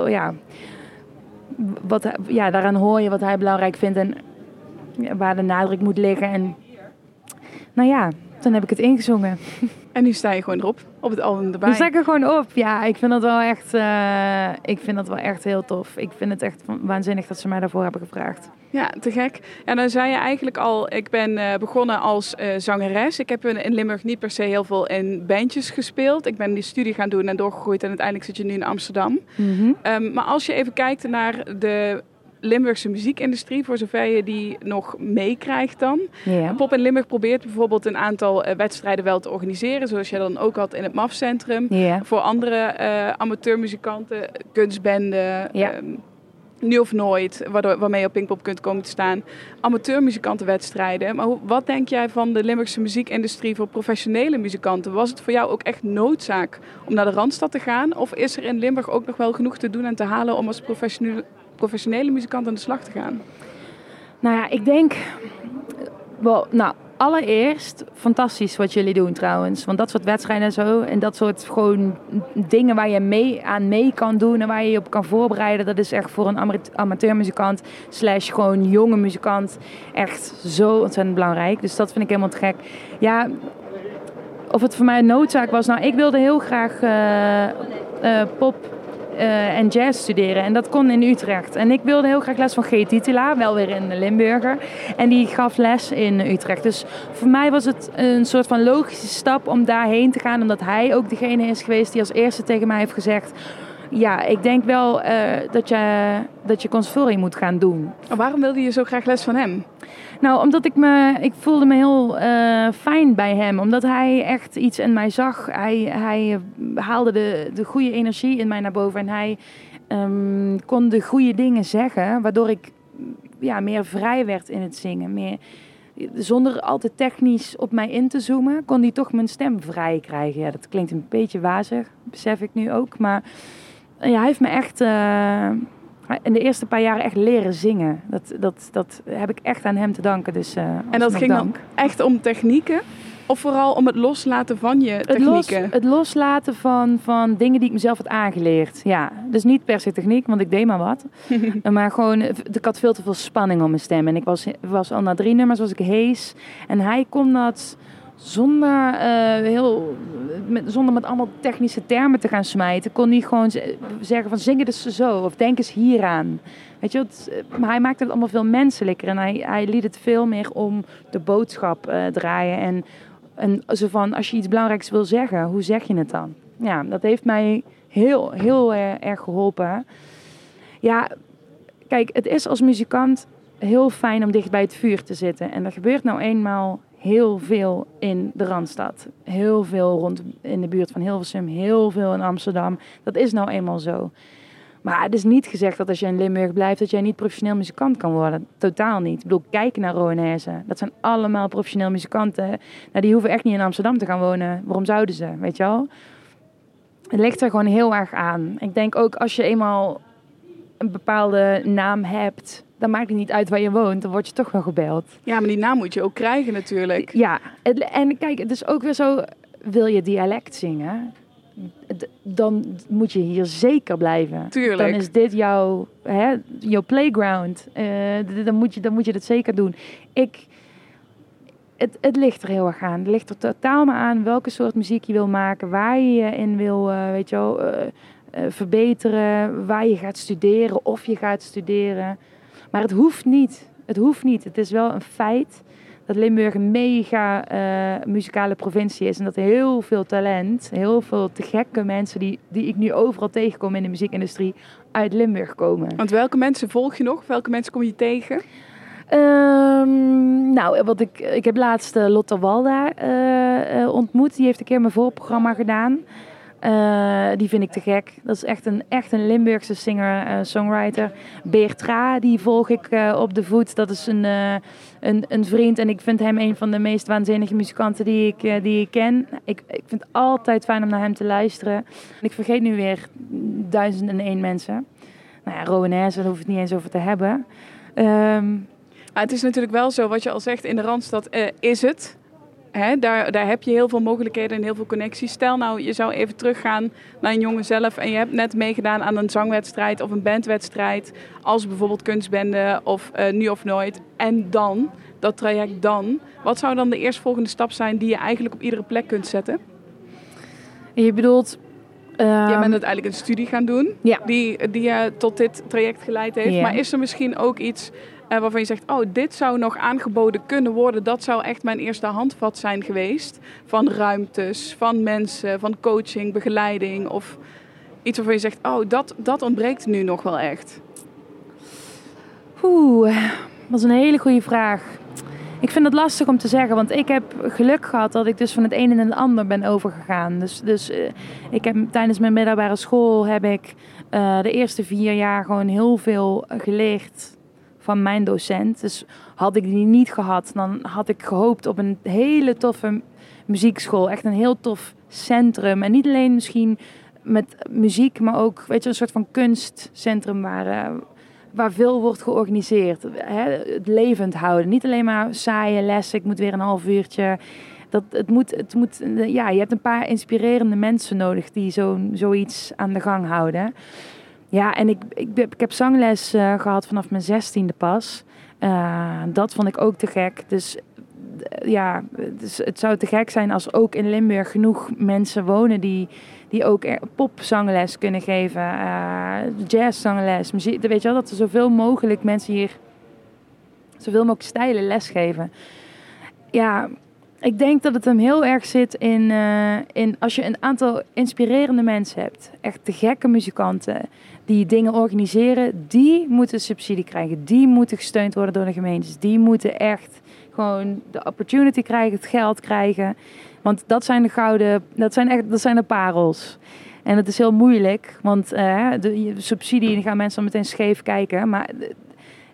daaraan hoor je wat hij belangrijk vindt en waar de nadruk moet liggen. En dan heb ik het ingezongen. En nu sta je gewoon erop, op het album erbij. Nu sta ik er gewoon op. Ja, ik vind dat wel echt heel tof. Ik vind het echt waanzinnig dat ze mij daarvoor hebben gevraagd. Ja, te gek. En dan zei je eigenlijk al, ik ben begonnen als zangeres. Ik heb in Limburg niet per se heel veel in bandjes gespeeld. Ik ben die studie gaan doen en doorgegroeid en uiteindelijk zit je nu in Amsterdam. Mm-hmm. Maar als je even kijkt naar de Limburgse muziekindustrie, voor zover je die nog meekrijgt dan. Yeah. Pop in Limburg probeert bijvoorbeeld een aantal wedstrijden wel te organiseren, zoals je dan ook had in het MAF-centrum. Yeah. Voor andere amateurmuzikanten, kunstbenden, Nu of Nooit, waarmee je op Pinkpop kunt komen te staan. Amateurmuzikantenwedstrijden. Maar wat denk jij van de Limburgse muziekindustrie voor professionele muzikanten? Was het voor jou ook echt noodzaak om naar de Randstad te gaan? Of is er in Limburg ook nog wel genoeg te doen en te halen om als professionele muzikant aan de slag te gaan? Nou ja, ik denk... allereerst, fantastisch wat jullie doen trouwens. Want dat soort wedstrijden en zo, en dat soort gewoon dingen waar je mee kan doen en waar je je op kan voorbereiden, dat is echt voor een amateurmuzikant / gewoon jonge muzikant echt zo ontzettend belangrijk. Dus dat vind ik helemaal te gek. Ja, of het voor mij een noodzaak was, ik wilde heel graag pop en jazz studeren. En dat kon in Utrecht. En ik wilde heel graag les van G. Titela, wel weer in de Limburger. En die gaf les in Utrecht. Dus voor mij was het een soort van logische stap om daarheen te gaan. Omdat hij ook degene is geweest die als eerste tegen mij heeft gezegd... Ja, ik denk wel dat je conservatorium moet gaan doen. Waarom wilde je zo graag les van hem? Nou, omdat ik voelde me heel fijn bij hem. Omdat hij echt iets in mij zag. Hij haalde de goede energie in mij naar boven. En hij kon de goede dingen zeggen. Waardoor ik meer vrij werd in het zingen. Zonder altijd technisch op mij in te zoomen, kon hij toch mijn stem vrij krijgen. Ja, dat klinkt een beetje wazig, besef ik nu ook. Maar hij heeft me echt... in de eerste paar jaren echt leren zingen. Dat heb ik echt aan hem te danken. Dus, en dat ging dan echt om technieken? Of vooral om het loslaten van je technieken? Het loslaten van dingen die ik mezelf had aangeleerd. Ja, dus niet per se techniek, want ik deed maar wat. Maar gewoon, ik had veel te veel spanning om mijn stem. En ik was al na 3 nummers was ik hees. En hij kon dat zonder met allemaal technische termen te gaan smijten. Kon hij gewoon zeggen van zing het eens zo of denk eens hieraan. Weet je, maar hij maakte het allemaal veel menselijker. En hij liet het veel meer om de boodschap draaien. En zo van, als je iets belangrijks wil zeggen, hoe zeg je het dan? Ja, dat heeft mij heel, heel erg geholpen. Ja, kijk, het is als muzikant heel fijn om dicht bij het vuur te zitten. En er gebeurt nou eenmaal heel veel in de Randstad. Heel veel rond in de buurt van Hilversum, heel veel in Amsterdam. Dat is nou eenmaal zo. Maar het is niet gezegd dat als je in Limburg blijft, dat jij niet professioneel muzikant kan worden. Totaal niet. Ik bedoel, kijk naar Rowanese. Dat zijn allemaal professioneel muzikanten. Nou, die hoeven echt niet in Amsterdam te gaan wonen. Waarom zouden ze, weet je wel? Het ligt er gewoon heel erg aan. Ik denk ook als je eenmaal een bepaalde naam hebt, dan maakt het niet uit waar je woont. Dan word je toch wel gebeld. Ja, maar die naam moet je ook krijgen natuurlijk. Ja, en kijk, het is ook weer zo, wil je dialect zingen, dan moet je hier zeker blijven. Tuurlijk. Dan is dit jouw playground. Dan moet je dat zeker doen. Het ligt er heel erg aan. Het ligt er totaal maar aan welke soort muziek je wil maken, waar je je in wil, verbeteren, waar je gaat studeren, of je gaat studeren. Maar het hoeft niet. Het is wel een feit dat Limburg een mega muzikale provincie is. En dat heel veel talent, heel veel te gekke mensen die ik nu overal tegenkom in de muziekindustrie uit Limburg komen. Want welke mensen volg je nog? Welke mensen kom je tegen? Ik heb laatst Lotte Walda ontmoet. Die heeft een keer mijn voorprogramma gedaan. Die vind ik te gek. Dat is echt een Limburgse singer-songwriter. Beertra, die volg ik op de voet. Dat is een vriend en ik vind hem een van de meest waanzinnige muzikanten die ik ken. Ik vind het altijd fijn om naar hem te luisteren. Ik vergeet nu weer 1001 mensen. Nou ja, Rowanese, daar hoef ik het niet eens over te hebben. Het is natuurlijk wel zo, wat je al zegt, in de Randstad is het. Daar heb je heel veel mogelijkheden en heel veel connecties. Stel nou, je zou even teruggaan naar een jongen zelf en je hebt net meegedaan aan een zangwedstrijd of een bandwedstrijd, als bijvoorbeeld Kunstbende of Nu of Nooit. En dan, dat traject dan, wat zou dan de eerstvolgende stap zijn die je eigenlijk op iedere plek kunt zetten? Je bedoelt... Jij bent uiteindelijk een studie gaan doen, ja, die je tot dit traject geleid heeft. Ja. Maar is er misschien ook iets waarvan je zegt, dit zou nog aangeboden kunnen worden. Dat zou echt mijn eerste handvat zijn geweest. Van ruimtes, van mensen, van coaching, begeleiding. Of iets waarvan je zegt, dat ontbreekt nu nog wel echt. Dat is een hele goede vraag. Ik vind het lastig om te zeggen, want ik heb geluk gehad dat ik dus van het een in het ander ben overgegaan. Dus ik heb tijdens mijn middelbare school heb ik de eerste 4 jaar gewoon heel veel geleerd van mijn docent. Dus had ik die niet gehad, dan had ik gehoopt op een hele toffe muziekschool. Echt een heel tof centrum. En niet alleen misschien met muziek, maar ook een soort van kunstcentrum waar veel wordt georganiseerd. Het levend houden. Niet alleen maar saaie lessen, ik moet weer een half uurtje. Je hebt een paar inspirerende mensen nodig die zoiets aan de gang houden. Ja, en ik heb zangles gehad vanaf mijn 16e pas. Dat vond ik ook te gek. Dus het zou te gek zijn als ook in Limburg genoeg mensen wonen die ook popzangles kunnen geven. Jazzzangles, muziek. Weet je wel, dat er zoveel mogelijk mensen hier zoveel mogelijk stijlen lesgeven. Ja, ik denk dat het hem heel erg zit in als je een aantal inspirerende mensen hebt. Echt de gekke muzikanten die dingen organiseren. Die moeten subsidie krijgen. Die moeten gesteund worden door de gemeentes. Die moeten echt gewoon de opportunity krijgen, het geld krijgen. Want dat zijn dat zijn de parels. En het is heel moeilijk, want de subsidie, dan gaan mensen dan meteen scheef kijken. Maar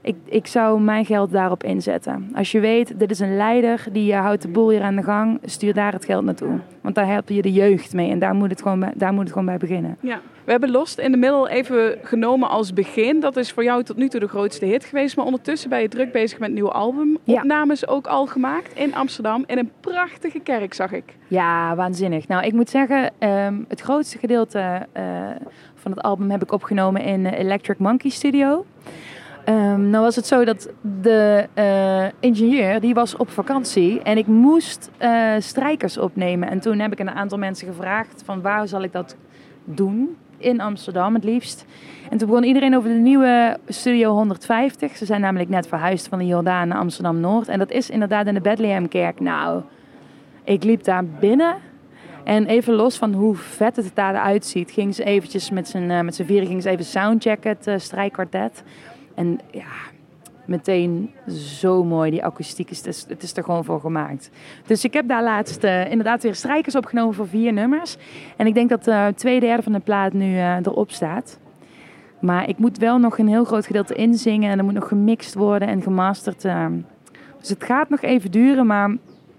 Ik zou mijn geld daarop inzetten. Als je weet, dit is een leider die houdt de boel hier aan de gang, stuur daar het geld naartoe. Want daar help je de jeugd mee en daar moet het gewoon bij beginnen. Ja. We hebben Lost in the Middle even genomen als begin. Dat is voor jou tot nu toe de grootste hit geweest. Maar ondertussen ben je druk bezig met een nieuw album. Ja. Opnames ook al gemaakt in Amsterdam. In een prachtige kerk, zag ik. Ja, waanzinnig. Nou, ik moet zeggen, het grootste gedeelte van het album heb ik opgenomen in Electric Monkey Studio. Nou was het zo dat de ingenieur, die was op vakantie en ik moest strijkers opnemen. En toen heb ik een aantal mensen gevraagd van waar zal ik dat doen? In Amsterdam het liefst. En toen begon iedereen over de nieuwe Studio 150. Ze zijn namelijk net verhuisd van de Jordaan naar Amsterdam-Noord. En dat is inderdaad in de Bethlehemkerk. Nou, ik liep daar binnen. En even los van hoe vet het daar eruit ziet, ging ze eventjes met z'n vieren ging ze even soundchecken, het strijkkwartet. En ja, meteen zo mooi, die akoestiek, het is er gewoon voor gemaakt. Dus ik heb daar laatst inderdaad weer strijkers opgenomen voor 4 nummers. En ik denk dat 2/3 van de plaat nu erop staat. Maar ik moet wel nog een heel groot gedeelte inzingen en er moet nog gemixt worden en gemasterd. Dus het gaat nog even duren, maar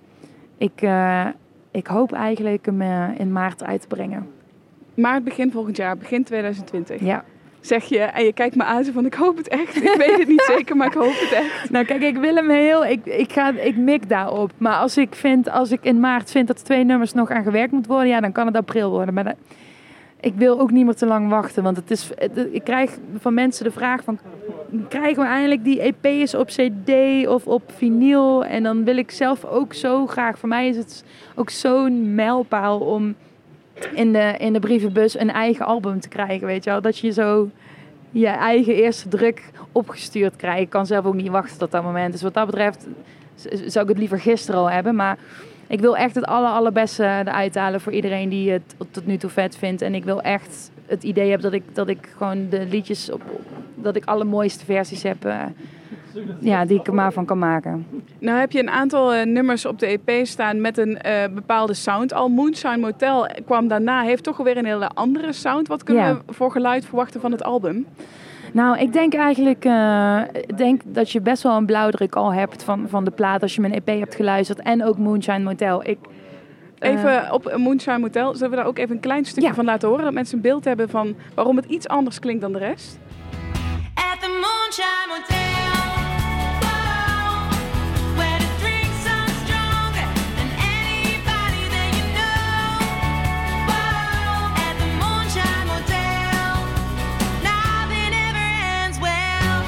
ik hoop eigenlijk hem in maart uit te brengen. Maart begin volgend jaar, begin 2020. Ja. Zeg je, en je kijkt me aan zo van, ik hoop het echt. Ik weet het niet zeker, maar ik hoop het echt. Nou kijk, ik wil hem heel, ik mik daarop. Maar als ik in maart vind dat 2 nummers nog aan gewerkt moet worden, ja, dan kan het april worden. Maar ik wil ook niet meer te lang wachten, want ik krijg van mensen de vraag van, krijgen we eindelijk die EP's op CD of op vinyl? En dan wil ik zelf ook zo graag, voor mij is het ook zo'n mijlpaal om in de brievenbus een eigen album te krijgen, weet je wel. Dat je zo je eigen eerste druk opgestuurd krijgt. Ik kan zelf ook niet wachten tot dat moment. Dus wat dat betreft zou ik het liever gisteren al hebben. Maar ik wil echt het allerbeste eruit halen voor iedereen die het tot nu toe vet vindt. En ik wil echt het idee hebben dat ik gewoon de liedjes dat ik alle mooiste versies heb die ik er maar van kan maken. Nou heb je een aantal nummers op de EP staan met een bepaalde sound. Al Moonshine Motel kwam daarna, heeft toch alweer een hele andere sound. Wat kunnen we voor geluid verwachten van het album? Nou, ik denk eigenlijk dat je best wel een blauwdruk al hebt van de plaat als je mijn EP hebt geluisterd. En ook Moonshine Motel. Even op Moonshine Motel, zullen we daar ook even een klein stukje van laten horen? Dat mensen een beeld hebben van waarom het iets anders klinkt dan de rest. At the Moonshine Motel, whoa, where the drinks are stronger than anybody that you know. Whoa, at the Moonshine Motel, nothing ever ends well.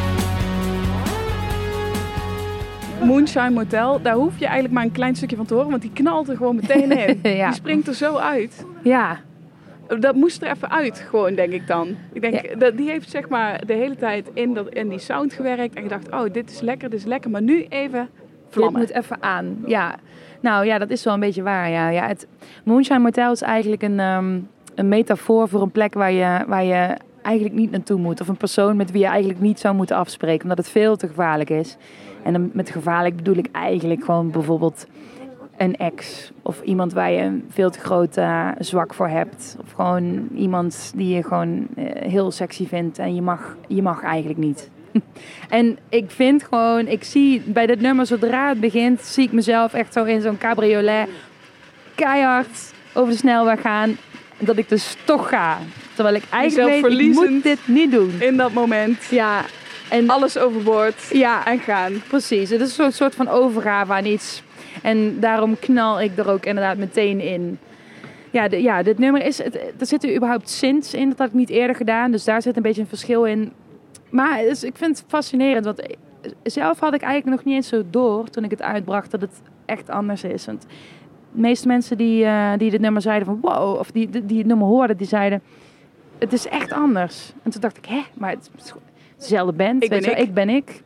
Moonshine Motel, daar hoef je eigenlijk maar een klein stukje van te horen, want die knalt er gewoon meteen in. Ja. Die springt er zo uit. Ja. Dat moest er even uit, gewoon, denk ik dan. Ik denk, dat die heeft zeg maar de hele tijd in die sound gewerkt en gedacht, oh, dit is lekker, maar nu even vlammen. Dit moet even aan, ja. Nou ja, dat is wel een beetje waar, ja. Het Moonshine Motel is eigenlijk een metafoor voor een plek waar je eigenlijk niet naartoe moet. Of een persoon met wie je eigenlijk niet zou moeten afspreken, omdat het veel te gevaarlijk is. En dan met gevaarlijk bedoel ik eigenlijk gewoon bijvoorbeeld een ex. Of iemand waar je een veel te groot zwak voor hebt. Of gewoon iemand die je gewoon heel sexy vindt. En je mag eigenlijk niet. En ik vind gewoon, ik zie bij dit nummer zodra het begint, zie ik mezelf echt zo in zo'n cabriolet keihard over de snelweg gaan. Dat ik dus toch ga. Terwijl ik eigenlijk weet, ik moet dit niet doen. In dat moment. Ja. En alles overboord. Ja. En gaan. Precies. Het is een soort van overgave aan iets. En daarom knal ik er ook inderdaad meteen in. Ja, dit nummer is... Er zitten überhaupt synths in. Dat had ik niet eerder gedaan. Dus daar zit een beetje een verschil in. Maar ik vind het fascinerend. Want zelf had ik eigenlijk nog niet eens zo door toen ik het uitbracht dat het echt anders is. Want de meeste mensen die dit nummer zeiden van wow, of die het nummer hoorden, die zeiden het is echt anders. En toen dacht ik, maar het is dezelfde band. Ik ben ik.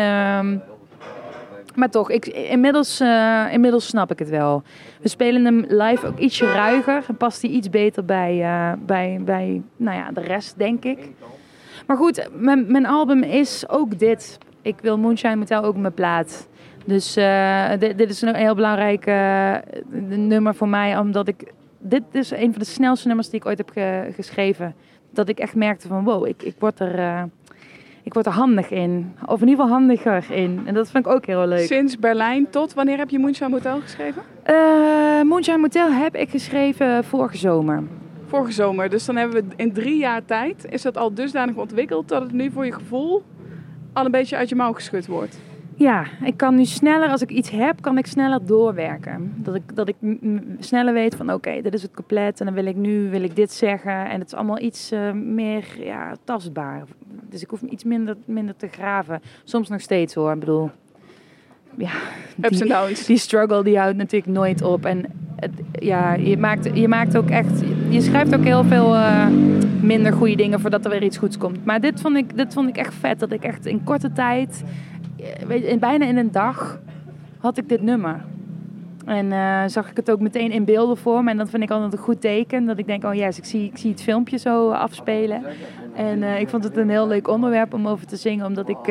Maar toch, inmiddels snap ik het wel. We spelen hem live ook ietsje ruiger. En past hij iets beter bij de rest, denk ik. Maar goed, mijn album is ook dit. Ik wil Moonshine Motel ook op mijn plaat. Dus dit is een heel belangrijk nummer voor mij. Omdat dit is een van de snelste nummers die ik ooit heb geschreven. Dat ik echt merkte van wow, ik word er... ik word er handig in. Of in ieder geval handiger in. En dat vind ik ook heel leuk. Sinds Berlijn tot wanneer heb je Moonshine Motel geschreven? Moonshine Motel heb ik geschreven vorige zomer. Vorige zomer. Dus dan hebben we in 3 jaar tijd, is dat al dusdanig ontwikkeld dat het nu voor je gevoel al een beetje uit je mouw geschud wordt. Ja, ik kan nu sneller, als ik iets heb, kan ik sneller doorwerken. Dat ik sneller weet van oké, dit is het compleet en dan wil ik dit zeggen. En het is allemaal iets meer tastbaar. Dus ik hoef iets minder te graven. Soms nog steeds hoor, ik bedoel. Ja, Ups en downs. Die struggle die houdt natuurlijk nooit op. En je maakt ook echt, je schrijft ook heel veel minder goede dingen voordat er weer iets goeds komt. Maar dit vond ik echt vet, dat ik echt in korte tijd, bijna in een dag, had ik dit nummer. En zag ik het ook meteen in beelden voor me. En dat vind ik altijd een goed teken. Dat ik denk, oh yes, ik zie het filmpje zo afspelen. En ik vond het een heel leuk onderwerp om over te zingen. Omdat ik,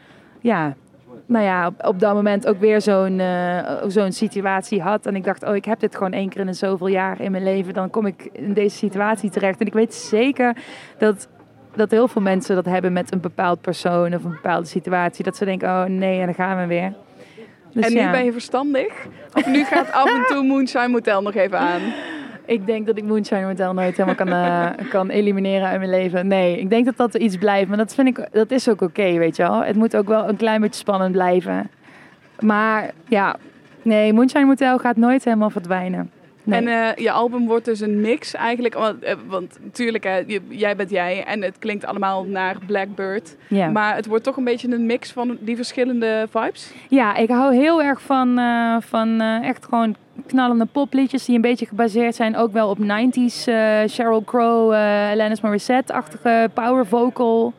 op dat moment ook weer zo'n situatie had. En ik dacht, ik heb dit gewoon 1 keer in zoveel jaar in mijn leven. Dan kom ik in deze situatie terecht. En ik weet zeker dat heel veel mensen dat hebben met een bepaald persoon of een bepaalde situatie. Dat ze denken, oh nee, en dan gaan we weer. Dus en nu ben je verstandig? Of nu gaat af en toe Moonshine Motel nog even aan? Ik denk dat ik Moonshine Motel nooit helemaal kan elimineren uit mijn leven. Nee, ik denk dat er iets blijft. Maar dat is ook oké, weet je wel. Het moet ook wel een klein beetje spannend blijven. Maar ja, nee, Moonshine Motel gaat nooit helemaal verdwijnen. Nee. En je album wordt dus een mix eigenlijk. Want natuurlijk, jij bent jij en het klinkt allemaal naar Blackbird. Yeah. Maar het wordt toch een beetje een mix van die verschillende vibes? Ja, ik hou heel erg van echt gewoon knallende popliedjes die een beetje gebaseerd zijn ook wel op 90s Sheryl Crow, Alanis Morissette-achtige power vocal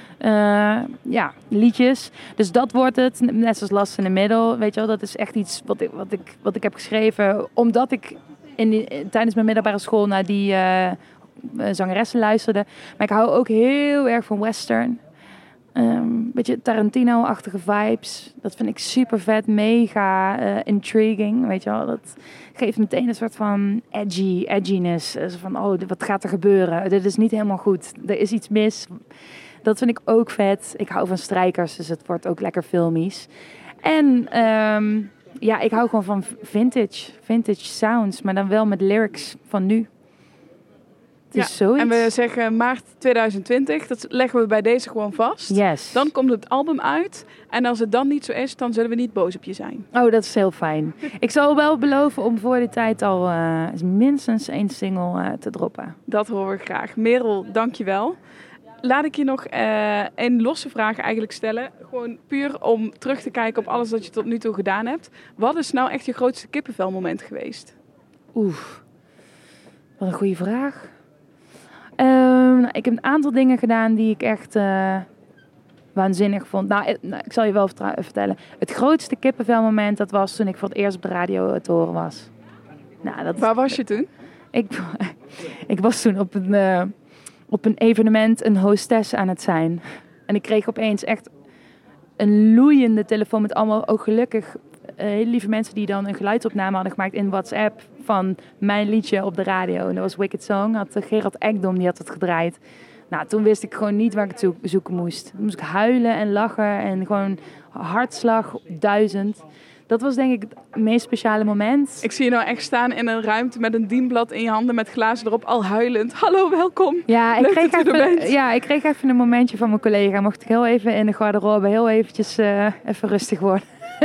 liedjes. Dus dat wordt het, net zoals Last in the Middle, weet je wel. Dat is echt iets wat ik heb geschreven omdat ik tijdens mijn middelbare school naar die zangeressen luisterde. Maar ik hou ook heel erg van western. Beetje Tarantino-achtige vibes. Dat vind ik super vet, mega intriguing, weet je wel. Dat geeft meteen een soort van edginess. Van, wat gaat er gebeuren? Dit is niet helemaal goed. Er is iets mis. Dat vind ik ook vet. Ik hou van strijkers, dus het wordt ook lekker filmisch. En ik hou gewoon van vintage sounds, maar dan wel met lyrics van nu. Zoiets. En we zeggen maart 2020, dat leggen we bij deze gewoon vast. Yes. Dan komt het album uit en als het dan niet zo is, dan zullen we niet boos op je zijn. Oh, dat is heel fijn. Ik zal wel beloven om voor die tijd al minstens 1 single te droppen. Dat horen we graag. Merel, dank je wel. Laat ik je nog een losse vraag eigenlijk stellen. Gewoon puur om terug te kijken op alles wat je tot nu toe gedaan hebt. Wat is nou echt je grootste kippenvelmoment geweest? Wat een goede vraag. Ik heb een aantal dingen gedaan die ik echt waanzinnig vond. Ik zal je wel vertellen. Het grootste kippenvelmoment, dat was toen ik voor het eerst op de radio te horen was. Waar was je toen? Ik was toen op een evenement een hostess aan het zijn. En ik kreeg opeens echt een loeiende telefoon met allemaal ook gelukkig hele lieve mensen die dan een geluidsopname hadden gemaakt in WhatsApp van mijn liedje op de radio. En dat was Wicked Song. Gerard Ekdom, die had het gedraaid. Toen wist ik gewoon niet waar ik het zoeken moest. Toen moest ik huilen en lachen en gewoon hartslag 1000. Dat was denk ik het meest speciale moment. Ik zie je nou echt staan in een ruimte met een dienblad in je handen met glazen erop, al huilend. Hallo, welkom. Ja, ik kreeg even een momentje van mijn collega. Mocht ik heel even in de garderobe heel eventjes even rustig worden.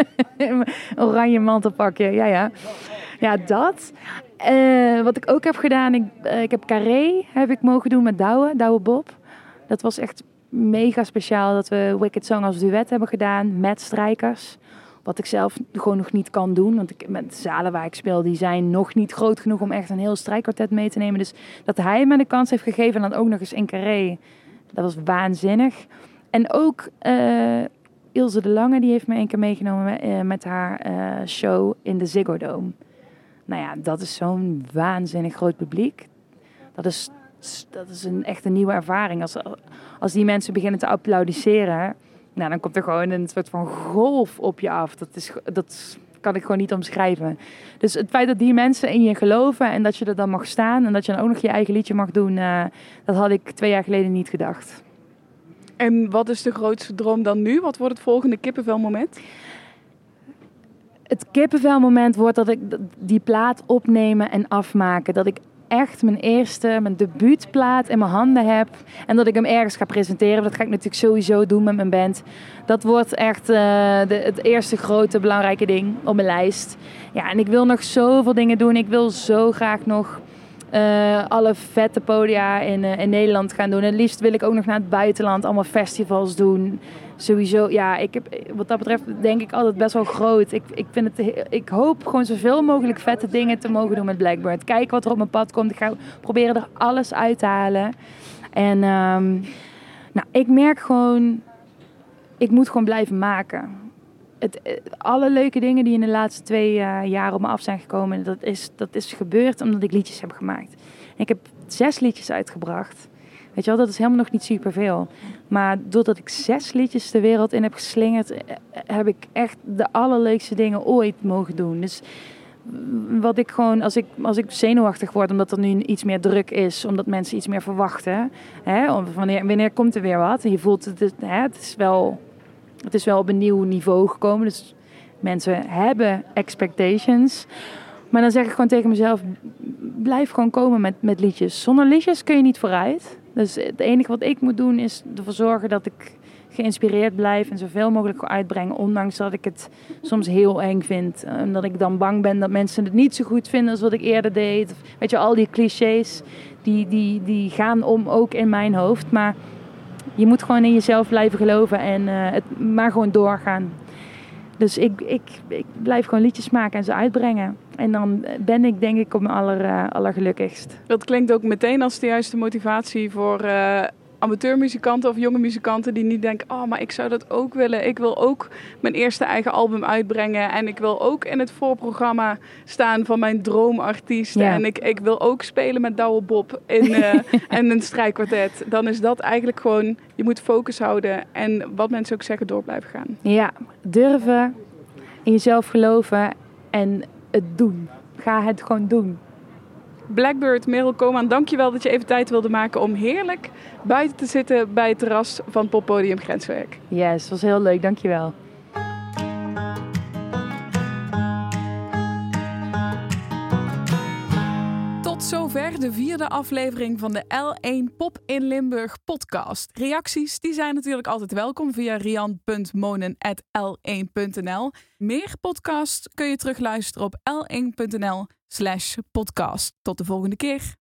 Oranje mantelpakje, ja. Ja, dat. Wat ik ook heb gedaan, ik heb Carré mogen doen met Douwe Bob. Dat was echt mega speciaal dat we Wicked Song als duet hebben gedaan met strijkers. Wat ik zelf gewoon nog niet kan doen. Want met de zalen waar ik speel, die zijn nog niet groot genoeg om echt een heel strijkkwartet mee te nemen. Dus dat hij me de kans heeft gegeven en dan ook nog eens in Carré. Dat was waanzinnig. En ook Ilse de Lange, die heeft me 1 keer meegenomen met haar show in de Ziggo Dome. Dat is zo'n waanzinnig groot publiek. Dat is echt een nieuwe ervaring. Als die mensen beginnen te applaudisseren, dan komt er gewoon een soort van golf op je af. Dat kan ik gewoon niet omschrijven. Dus het feit dat die mensen in je geloven en dat je er dan mag staan en dat je dan ook nog je eigen liedje mag doen, dat had ik 2 jaar geleden niet gedacht. En wat is de grootste droom dan nu? Wat wordt het volgende kippenvelmoment? Het kippenvelmoment wordt dat ik die plaat opnemen en afmaken. Dat ik echt mijn debuutplaat in mijn handen heb. En dat ik hem ergens ga presenteren. Dat ga ik natuurlijk sowieso doen met mijn band. Dat wordt echt het eerste grote belangrijke ding op mijn lijst. Ja, en ik wil nog zoveel dingen doen. Ik wil zo graag nog alle vette podia in Nederland gaan doen. En het liefst wil ik ook nog naar het buitenland. Allemaal festivals doen. Sowieso, ja, wat dat betreft denk ik altijd best wel groot. Ik hoop gewoon zoveel mogelijk vette dingen te mogen doen met Blackbird. Kijken wat er op mijn pad komt. Ik ga proberen er alles uit te halen. En ik merk gewoon, ik moet gewoon blijven maken. Alle leuke dingen die in de laatste 2 jaar op me af zijn gekomen, dat is gebeurd omdat ik liedjes heb gemaakt. En ik heb 6 liedjes uitgebracht. Weet je wel, dat is helemaal nog niet superveel. Maar doordat ik 6 liedjes de wereld in heb geslingerd, heb ik echt de allerleukste dingen ooit mogen doen. Dus wat ik gewoon, als ik zenuwachtig word, omdat er nu iets meer druk is, omdat mensen iets meer verwachten. Wanneer komt er weer wat? En je voelt het is wel op een nieuw niveau gekomen. Dus mensen hebben expectations. Maar dan zeg ik gewoon tegen mezelf, blijf gewoon komen met liedjes. Zonder liedjes kun je niet vooruit. Dus het enige wat ik moet doen is ervoor zorgen dat ik geïnspireerd blijf en zoveel mogelijk uitbrengen. Ondanks dat ik het soms heel eng vind. En dat ik dan bang ben dat mensen het niet zo goed vinden als wat ik eerder deed. Weet je, al die clichés die gaan om ook in mijn hoofd. Maar je moet gewoon in jezelf blijven geloven en maar gewoon doorgaan. Dus ik blijf gewoon liedjes maken en ze uitbrengen. En dan ben ik denk ik op mijn allergelukkigst. Dat klinkt ook meteen als de juiste motivatie voor amateurmuzikanten of jonge muzikanten die niet denken, oh, maar ik zou dat ook willen. Ik wil ook mijn eerste eigen album uitbrengen en ik wil ook in het voorprogramma staan van mijn droomartiest. Ja. En ik wil ook spelen met Douwe Bob en een strijkkwartet. Dan is dat eigenlijk gewoon, je moet focus houden en wat mensen ook zeggen, door blijven gaan. Ja, durven, in jezelf geloven en het doen. Ga het gewoon doen. Blackbird, Merel Koopman, dankjewel dat je even tijd wilde maken om heerlijk buiten te zitten bij het terras van Poppodium Grenswerk. Yes, was heel leuk, dankjewel. Tot zover de 4e aflevering van de L1 Pop in Limburg podcast. Reacties die zijn natuurlijk altijd welkom via rian.monen@l1.nl. Meer podcasts kun je terugluisteren op l1.nl/podcast. Tot de volgende keer.